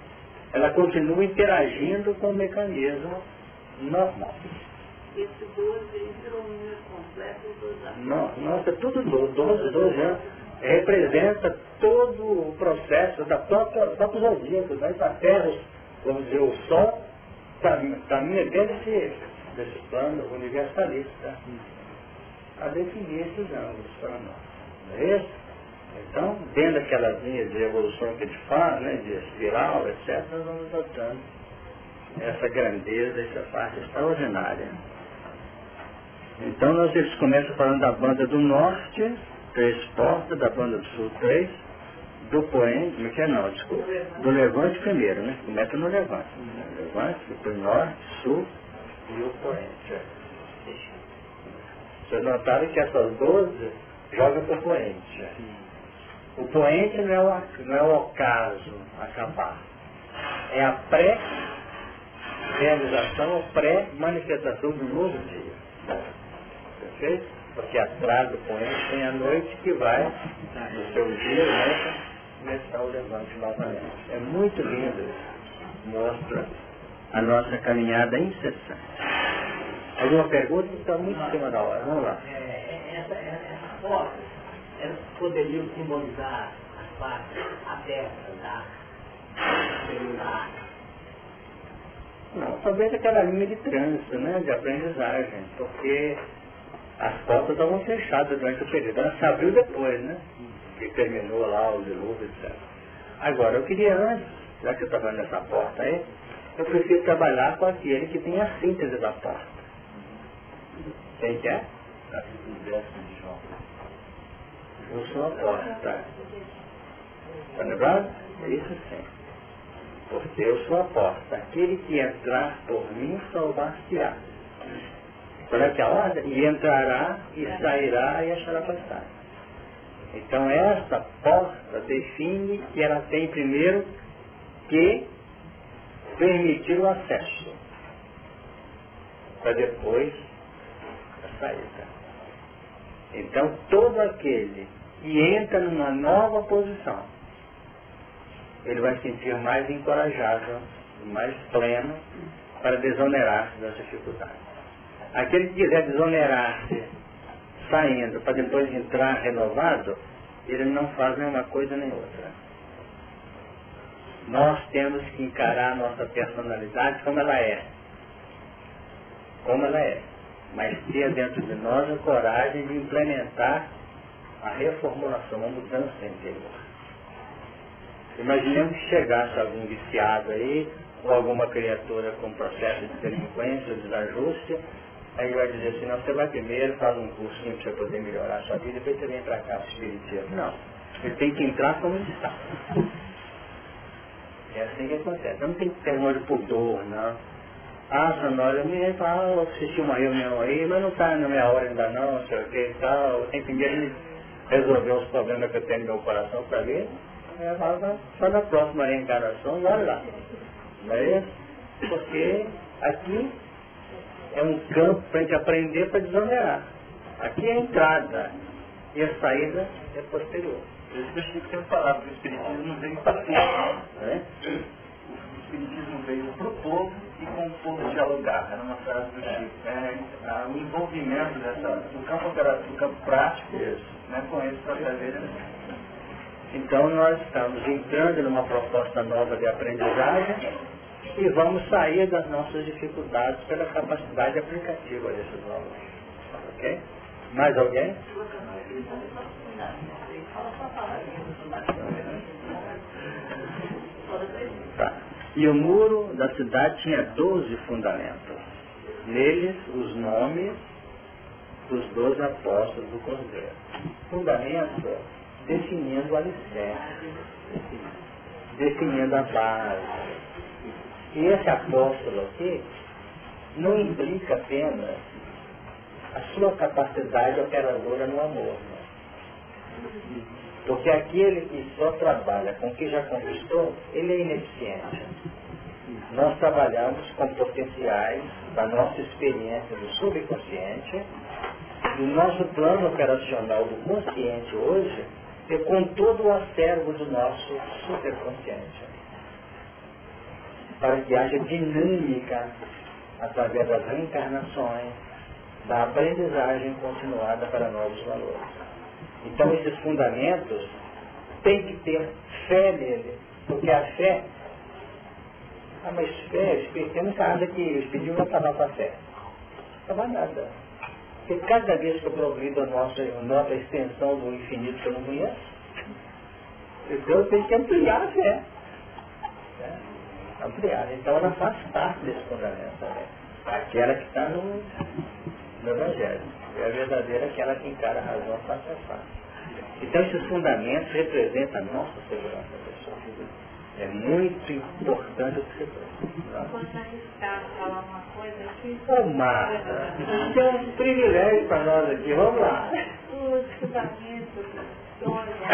Speaker 2: ela continua interagindo com o mecanismo normal.
Speaker 4: Esse 12 entrou no completo dos
Speaker 2: Nossa, tudo 12 anos. Representa todo o processo da própria zodíaco, né? A Terra, vamos dizer, o Sol caminha dentro desse plano universalista a definir esses ângulos para nós. Não é isso? Então, dentro daquelas linhas de evolução que a gente fala, né, de espiral, etc., nós vamos notando essa grandeza, essa parte extraordinária. Então, eles começam falando da banda do norte, 3 portas, da banda do sul 3, do poente, do levante primeiro, né? Começa no levante. Levante, depois norte, sul e o poente. Vocês notaram que essas 12 jogam para o poente. O poente não é o ocaso acabar. É a pré-realização, a pré-manifestação do novo dia. Perfeito? Porque atrás do poente tem a noite que vai, no seu dia, começar o levante novamente. É muito lindo isso. Mostra a nossa caminhada incessante. Alguma pergunta? Está muito em cima da hora. Vamos lá.
Speaker 5: Essa porta, elas poderiam simbolizar as partes abertas da celular.
Speaker 2: Não, talvez aquela linha de trânsito, né, de aprendizagem, porque as portas estavam fechadas durante o período. Ela se abriu depois, né? Que terminou lá o dilúvio, etc. Agora, eu queria antes, já que eu estava nessa porta aí, eu prefiro trabalhar com aquele que tem a síntese da porta. Quem quer? Eu sou a porta. Está lembrado? Isso sim. Porque eu sou a porta. Aquele que entrar por mim salvar-se-á. Qual é que é a ordem? E entrará, e sairá, e achará passagem. Então essa porta define que ela tem primeiro que permitir o acesso, para depois a saída. Então todo aquele que entra numa nova posição, ele vai se sentir mais encorajado, mais pleno para desonerar-se das dificuldades. Aquele que quiser desonerar-se saindo para depois entrar renovado, ele não faz nenhuma coisa nem outra. Nós temos que encarar a nossa personalidade como ela é. Como ela é. Mas ter dentro de nós a coragem de implementar a reformulação, a mudança interior. Imaginemos que chegasse algum viciado aí, ou alguma criatura com processo de delinquência, ou desajuste, aí ele vai dizer assim, não, você vai primeiro, faz um cursinho para você poder melhorar a sua vida, depois você vem para cá para o espiritismo. Não, ele tem que entrar como ele está. É assim que acontece. Não tem termor de pudor, não. Ah, Sonora, me fala, eu assisti uma reunião aí, mas não está na minha hora ainda não, não sei o que e tal, eu tenho que primeiro resolver os problemas que eu tenho no meu coração para ver. Só na próxima reencarnação e olha lá. Não é isso? Porque aqui é um campo para a gente aprender para desonerar. Aqui é a entrada e a saída é posterior.
Speaker 3: Por isso que eu achei que você falava que o Espiritismo veio para o povo. Né? O Espiritismo veio para o povo e com o povo dialogar. Era uma frase do Chico. O envolvimento do campo operativo, do campo prático, né, com esse para fazer.
Speaker 2: Então nós estamos entrando numa proposta nova de aprendizagem e vamos sair das nossas dificuldades pela capacidade aplicativa desses novos. Ok? Mais alguém? Tá. E o muro da cidade tinha 12 fundamentos. Neles os nomes dos 12 apóstolos do Cordeiro. Fundamento definindo o alicerce, definindo a base. E esse apóstolo aqui não implica apenas a sua capacidade operadora no amor. Né? Porque aquele que só trabalha com o que já conquistou, ele é ineficiente. Nós trabalhamos com potenciais da nossa experiência do subconsciente, do nosso plano operacional do consciente hoje, e com todo o acervo do nosso superconsciente. para que haja dinâmica através das reencarnações, da aprendizagem continuada para novos valores. Então esses fundamentos tem que ter fé nele, porque a fé, mas fé, o Espiritismo nunca acha que o Espiritismo vai acabar com a fé. Não vai nada. Porque cada vez que eu progrido a nossa extensão do infinito que eu não conheço, então eu tenho que ampliar a fé. Né? Ampliar. Então ela faz parte desse fundamento também. Aquela que está no Evangelho. É a verdadeira, aquela que encara a razão face a face. Então esses fundamentos representam a nossa segurança pessoal. É muito importante o que você faz.
Speaker 1: Vou arriscar falar uma coisa aqui.
Speaker 2: Ô Marta, isso é um privilégio para nós aqui. Vamos lá.
Speaker 1: Os fundamentos do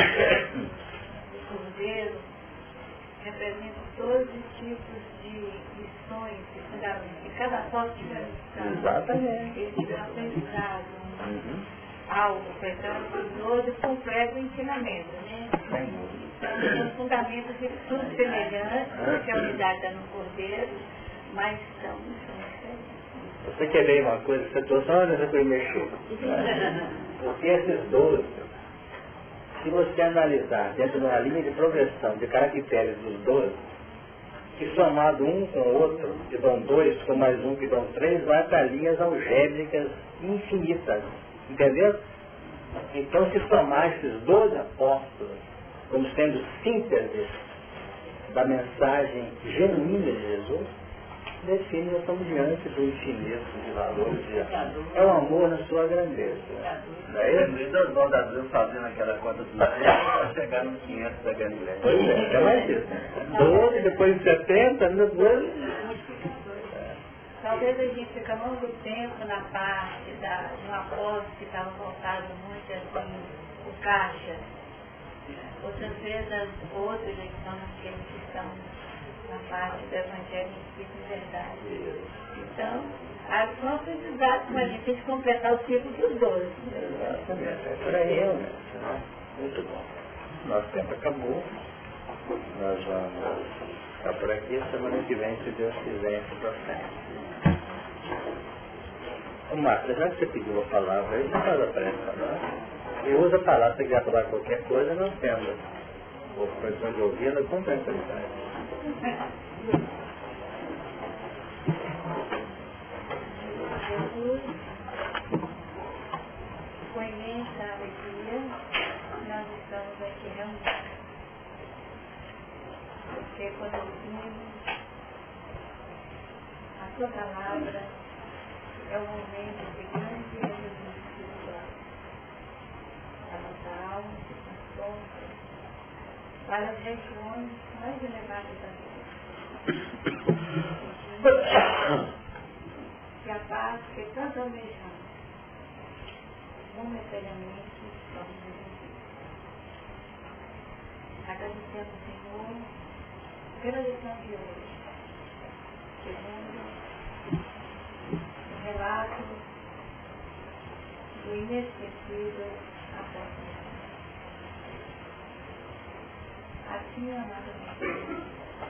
Speaker 1: Cruzeiro representam 12 tipos de lições de fundamentos. E cada qual tiver
Speaker 2: Exatamente.
Speaker 1: Eles tiveram aprendizado. Algo, perdão, os 12 completam o ensinamento, né? São fundamentos de tudo semelhantes, porque a unidade está no Cordeiro, mas são diferentes.
Speaker 2: Você quer ver uma coisa, você trouxe uma coisa para mexer. Porque esses 12, se você analisar dentro de uma linha de progressão de caracteres dos 12, que somado um com o outro, que dão 2, com mais um que dão 3, vai para linhas algébricas infinitas. Entendeu? Então, se somar esses 12 apóstolos como sendo síntese da mensagem genuína de Jesus, define nós estamos diante do infinito de valores. É o amor na sua grandeza.
Speaker 5: Lembrei das mãos da Deus fazendo aquela conta do para chegar nos 500 da Galileia.
Speaker 2: Pois é mais isso. 12, depois de 70, depois...
Speaker 1: Talvez a gente fica muito tempo na parte de um apóstolo que estava voltado muito assim, o caixa. Outras vezes as outras que são aqueles que estão na parte do Evangelho em si, de verdade. Então, são aprendizados para a gente completar o ciclo dos 12.
Speaker 2: Exatamente, é por aí, né? Muito bom. Nosso tempo acabou. Nós vamos ficar por aqui. Semana que vem, se Deus quiser, esse processo. Ô Marta, já que você pediu a palavra, aí você faz a prece para nós. E usa a palavra, se quiser falar qualquer coisa, nós temos a oportunidade de ouvi-la com tranquilidade.
Speaker 1: Jesus, com imensa alegria, nós estamos aqui reunidos. Porque quando ouvimos a sua palavra, é um momento de grande reunião espiritual. A nossa alma se transporta para as regiões mais elevadas da vida. Que a paz que tanto almejamos, momentaneamente estamos vividos. Agradecemos, Senhor, pela lição de hoje, segundo o relato do inesquecível apóstolo. Assim, amado Deus,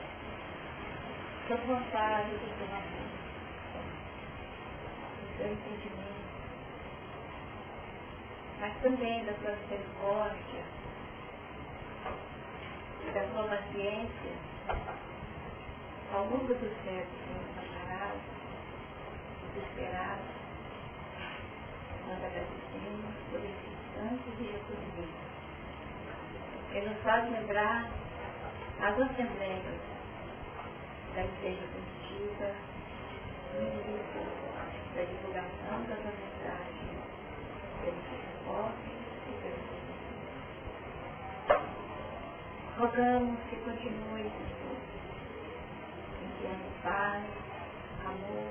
Speaker 1: sua vontade do seu amor, do seu entendimento, mas também da sua misericórdia, da sua paciência, ao longo do século, desamparados, desesperados, nós agradecemos por esse instante de recolhimento. Ele nos faz lembrar as assembleias da Igreja Primitiva, no início da divulgação das mensagens pelos sacerdotes e pelos discípulos. Rogamos que continue enviando paz, amor,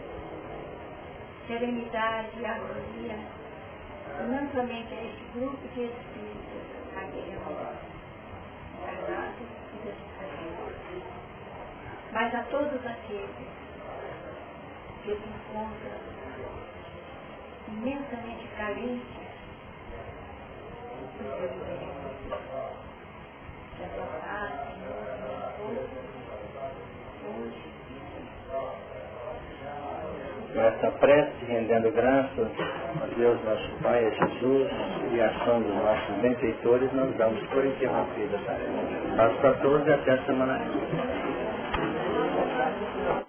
Speaker 1: serenidade e harmonia, não somente a este grupo de espíritos aqui reunidos, encarnados e desencarnados, mas a todos aqueles que se encontram imensamente carentes do seu bem, da sua paz, do seu esforço,
Speaker 2: Com essa prece, rendendo graças a Deus nosso Pai, a Jesus e a ação dos nossos benfeitores, nós damos por interrompida a tarefa. Abraço para todos e até a semana.